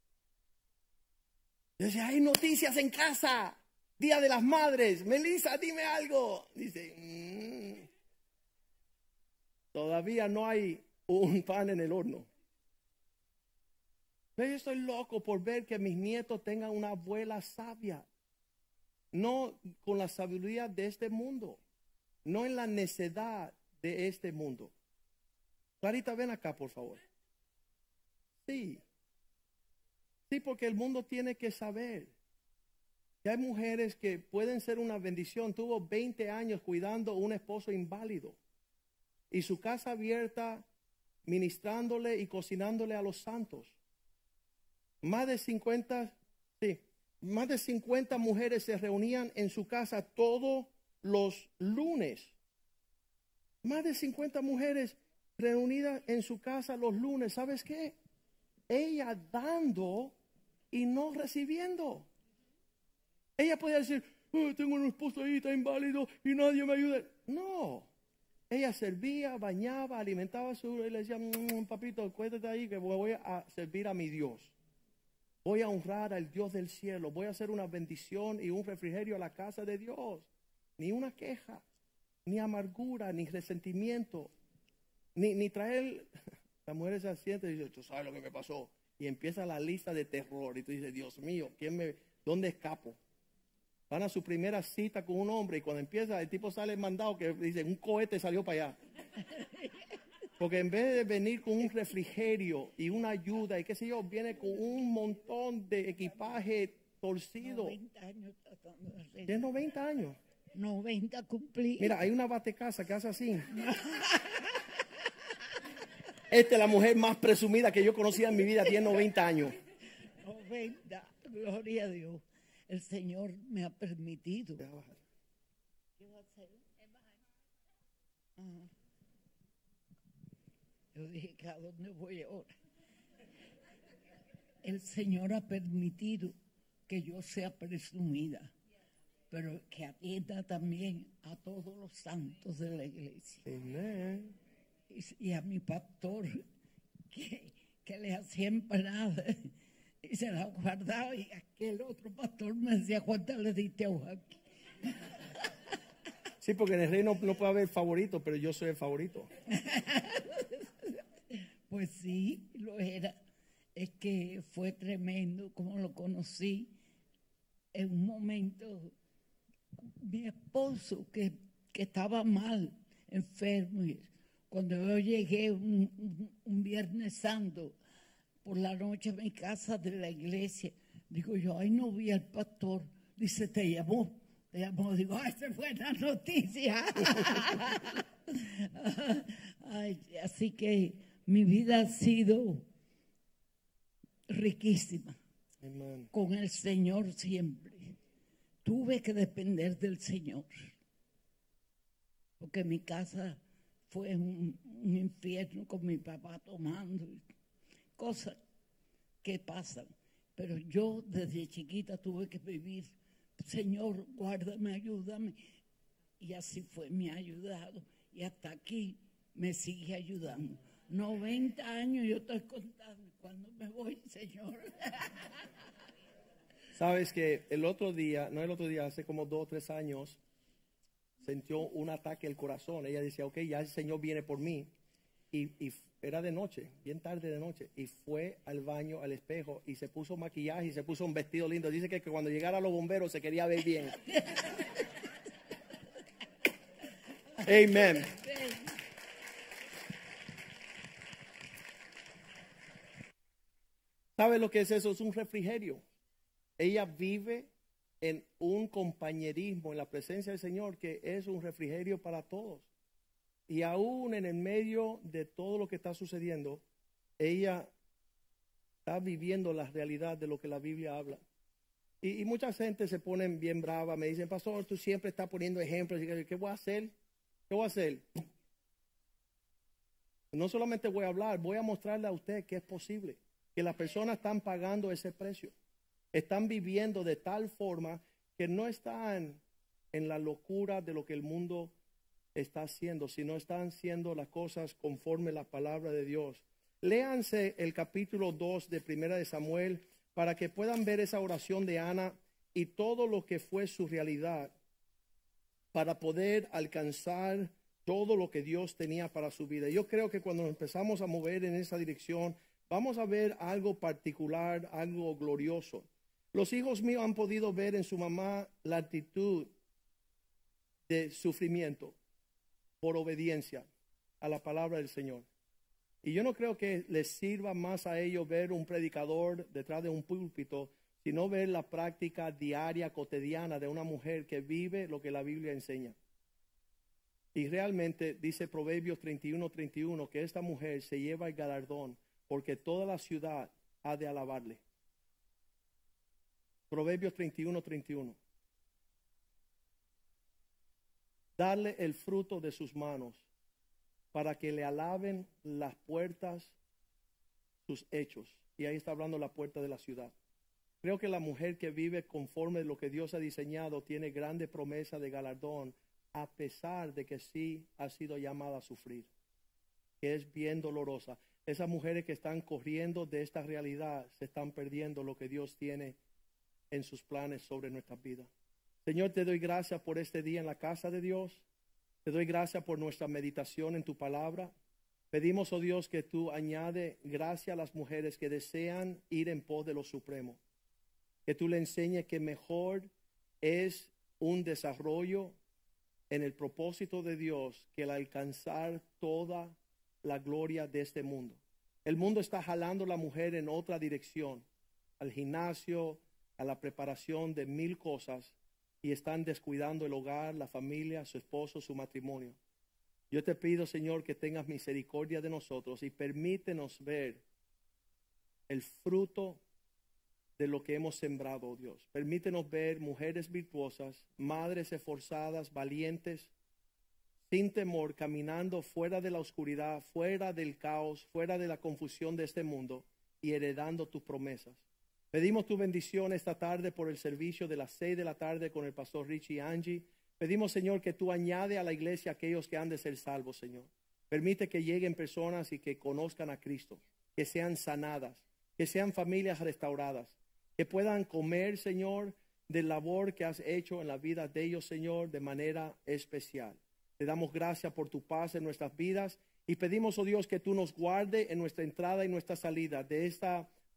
Yo decía, hay noticias en casa. Día de las Madres. Melissa, dime algo. Dice, mmm, todavía no hay un pan en el horno. Pero yo estoy loco por ver que mis nietos tengan una abuela sabia. No con la sabiduría de este mundo. No en la necedad de este mundo. Clarita, ven acá, por favor. Sí. Sí, porque el mundo tiene que saber que hay mujeres que pueden ser una bendición. Tuvo veinte años cuidando a un esposo inválido. Y su casa abierta, ministrándole y cocinándole a los santos. Más de cincuenta, sí, más de cincuenta mujeres se reunían en su casa todos los lunes. Más de cincuenta mujeres reunidas en su casa los lunes. ¿Sabes qué? Ella dando y no recibiendo. Ella podía decir, oh, tengo un esposo ahí, está inválido y nadie me ayuda. No. Ella servía, bañaba, alimentaba a su y le decía, mmm, papito, cuéntate ahí que voy a servir a mi Dios. Voy a honrar al Dios del cielo. Voy a hacer una bendición y un refrigerio a la casa de Dios. Ni una queja, ni amargura, ni resentimiento, ni, ni traer. La mujer se asienta y dice, tú sabes lo que me pasó. Y empieza la lista de terror. Y tú dices, Dios mío, ¿quién me, ¿dónde escapo? Van a su primera cita con un hombre y cuando empieza el tipo sale mandado que dice, un cohete salió para allá. Porque en vez de venir con un refrigerio y una ayuda y qué sé yo, viene con un montón de equipaje torcido. noventa años tratando de hacer. Tiene noventa años. noventa cumplí. Mira, hay una batecasa que hace así. Esta es la mujer más presumida que yo conocía en mi vida, tiene noventa años. noventa, gloria a Dios. El Señor me ha permitido. ¿Qué va a hacer? Ajá. Yo dije, ¿a dónde voy ahora? El Señor ha permitido que yo sea presumida, pero que atienda también a todos los santos de la iglesia. Amén. Y, y a mi pastor, que, que le hacía empanadas y se las guardaba, y aquel otro pastor me decía, ¿cuántas le diste a Joaquín? Sí, porque en el reino no puede haber favorito, pero yo soy el favorito. Pues sí, lo era. es que fue tremendo como lo conocí en un momento. Mi esposo que, que estaba mal, enfermo, y cuando yo llegué un, un, un Viernes Santo por la noche a mi casa de la iglesia, digo yo, ay, no vi al pastor. Dice, te llamó, te llamó. Digo, ay, esa es buena noticia. Ay, así que mi vida ha sido riquísima. Amen. Con el Señor siempre. Tuve que depender del Señor. Porque mi casa fue un, un infierno con mi papá tomando. Cosas que pasan. Pero yo desde chiquita tuve que vivir. Señor, guárdame, ayúdame. Y así fue, me ha ayudado. Y hasta aquí me sigue ayudando. noventa años yo estoy contando. Cuando me voy, Señor. Sabes que el otro día, no el otro día, hace como dos o tres años, sintió un ataque al corazón. Ella decía, ok, ya el Señor viene por mí. Y, y era de noche, bien tarde de noche. Y fue al baño, al espejo, y se puso maquillaje y se puso un vestido lindo. Dice que, que cuando llegara a los bomberos se quería ver bien. Amén. ¿Sabe lo que es eso? Es un refrigerio. Ella vive en un compañerismo en la presencia del Señor que es un refrigerio para todos. Y aún en el medio de todo lo que está sucediendo, ella está viviendo la realidad de lo que la Biblia habla. Y, y mucha gente se ponen bien brava, me dicen, pastor, tú siempre estás poniendo ejemplos. Y, ¿qué voy a hacer? ¿Qué voy a hacer? No solamente voy a hablar, voy a mostrarle a usted que es posible, que las personas están pagando ese precio. Están viviendo de tal forma que no están en la locura de lo que el mundo está haciendo, sino están haciendo las cosas conforme la palabra de Dios. Léanse el capítulo dos de Primera de Samuel para que puedan ver esa oración de Ana y todo lo que fue su realidad para poder alcanzar todo lo que Dios tenía para su vida. Yo creo que cuando empezamos a mover en esa dirección, vamos a ver algo particular, algo glorioso. Los hijos míos han podido ver en su mamá la actitud de sufrimiento por obediencia a la palabra del Señor. Y yo no creo que les sirva más a ellos ver un predicador detrás de un púlpito, sino ver la práctica diaria, cotidiana de una mujer que vive lo que la Biblia enseña. Y realmente dice Proverbios treinta y uno, treinta y uno que esta mujer se lleva el galardón porque toda la ciudad ha de alabarle. Proverbios treinta y uno, treinta y uno. Darle el fruto de sus manos para que le alaben las puertas, sus hechos. Y ahí está hablando la puerta de la ciudad. Creo que la mujer que vive conforme a lo que Dios ha diseñado tiene grande promesa de galardón, a pesar de que sí ha sido llamada a sufrir, que es bien dolorosa. Esas mujeres que están corriendo de esta realidad se están perdiendo lo que Dios tiene en sus planes sobre nuestras vidas. Señor, te doy gracias por este día en la casa de Dios. Te doy gracias por nuestra meditación en tu palabra. Pedimos, oh Dios, que tú añade gracia a las mujeres que desean ir en pos de lo supremo. Que tú le enseñes que mejor es un desarrollo en el propósito de Dios que el alcanzar toda la gloria de este mundo. El mundo está jalando a la mujer en otra dirección, al gimnasio, a la preparación de mil cosas, y están descuidando el hogar, la familia, su esposo, su matrimonio. Yo te pido, Señor, que tengas misericordia de nosotros y permítenos ver el fruto de lo que hemos sembrado, oh Dios. Permítenos ver mujeres virtuosas, madres esforzadas, valientes, sin temor, caminando fuera de la oscuridad, fuera del caos, fuera de la confusión de este mundo y heredando tus promesas. Pedimos tu bendición esta tarde por el servicio de las seis de la tarde con el pastor Richie y Angie. Pedimos, Señor, que tú añade a la iglesia aquellos que han de ser salvos, Señor. Permite que lleguen personas y que conozcan a Cristo, que sean sanadas, que sean familias restauradas, que puedan comer, Señor, del labor que has hecho en la vida de ellos, Señor, de manera especial. Te damos gracias por tu paz en nuestras vidas y pedimos, oh Dios, que tú nos guarde en nuestra entrada y nuestra salida de esta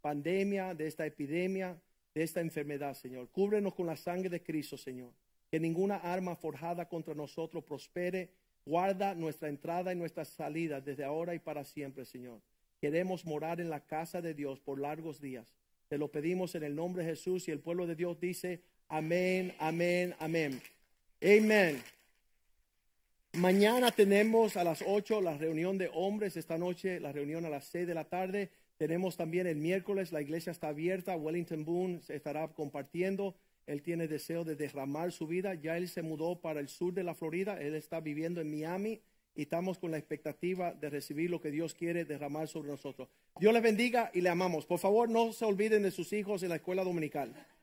pandemia, de esta epidemia, de esta enfermedad, Señor. Cúbrenos con la sangre de Cristo, Señor. Que ninguna arma forjada contra nosotros prospere. Guarda nuestra entrada y nuestra salida desde ahora y para siempre, Señor. Queremos morar en la casa de Dios por largos días. Te lo pedimos en el nombre de Jesús, y el pueblo de Dios dice amén, amén, amén. Amén. Mañana tenemos a las ocho la reunión de hombres. Esta noche la reunión a las seis de la tarde. Tenemos también el miércoles, la iglesia está abierta. Wellington Boone se estará compartiendo. Él tiene deseo de derramar su vida. Ya él se mudó para el sur de la Florida. Él está viviendo en Miami y estamos con la expectativa de recibir lo que Dios quiere derramar sobre nosotros. Dios les bendiga y le amamos. Por favor, no se olviden de sus hijos en la escuela dominical.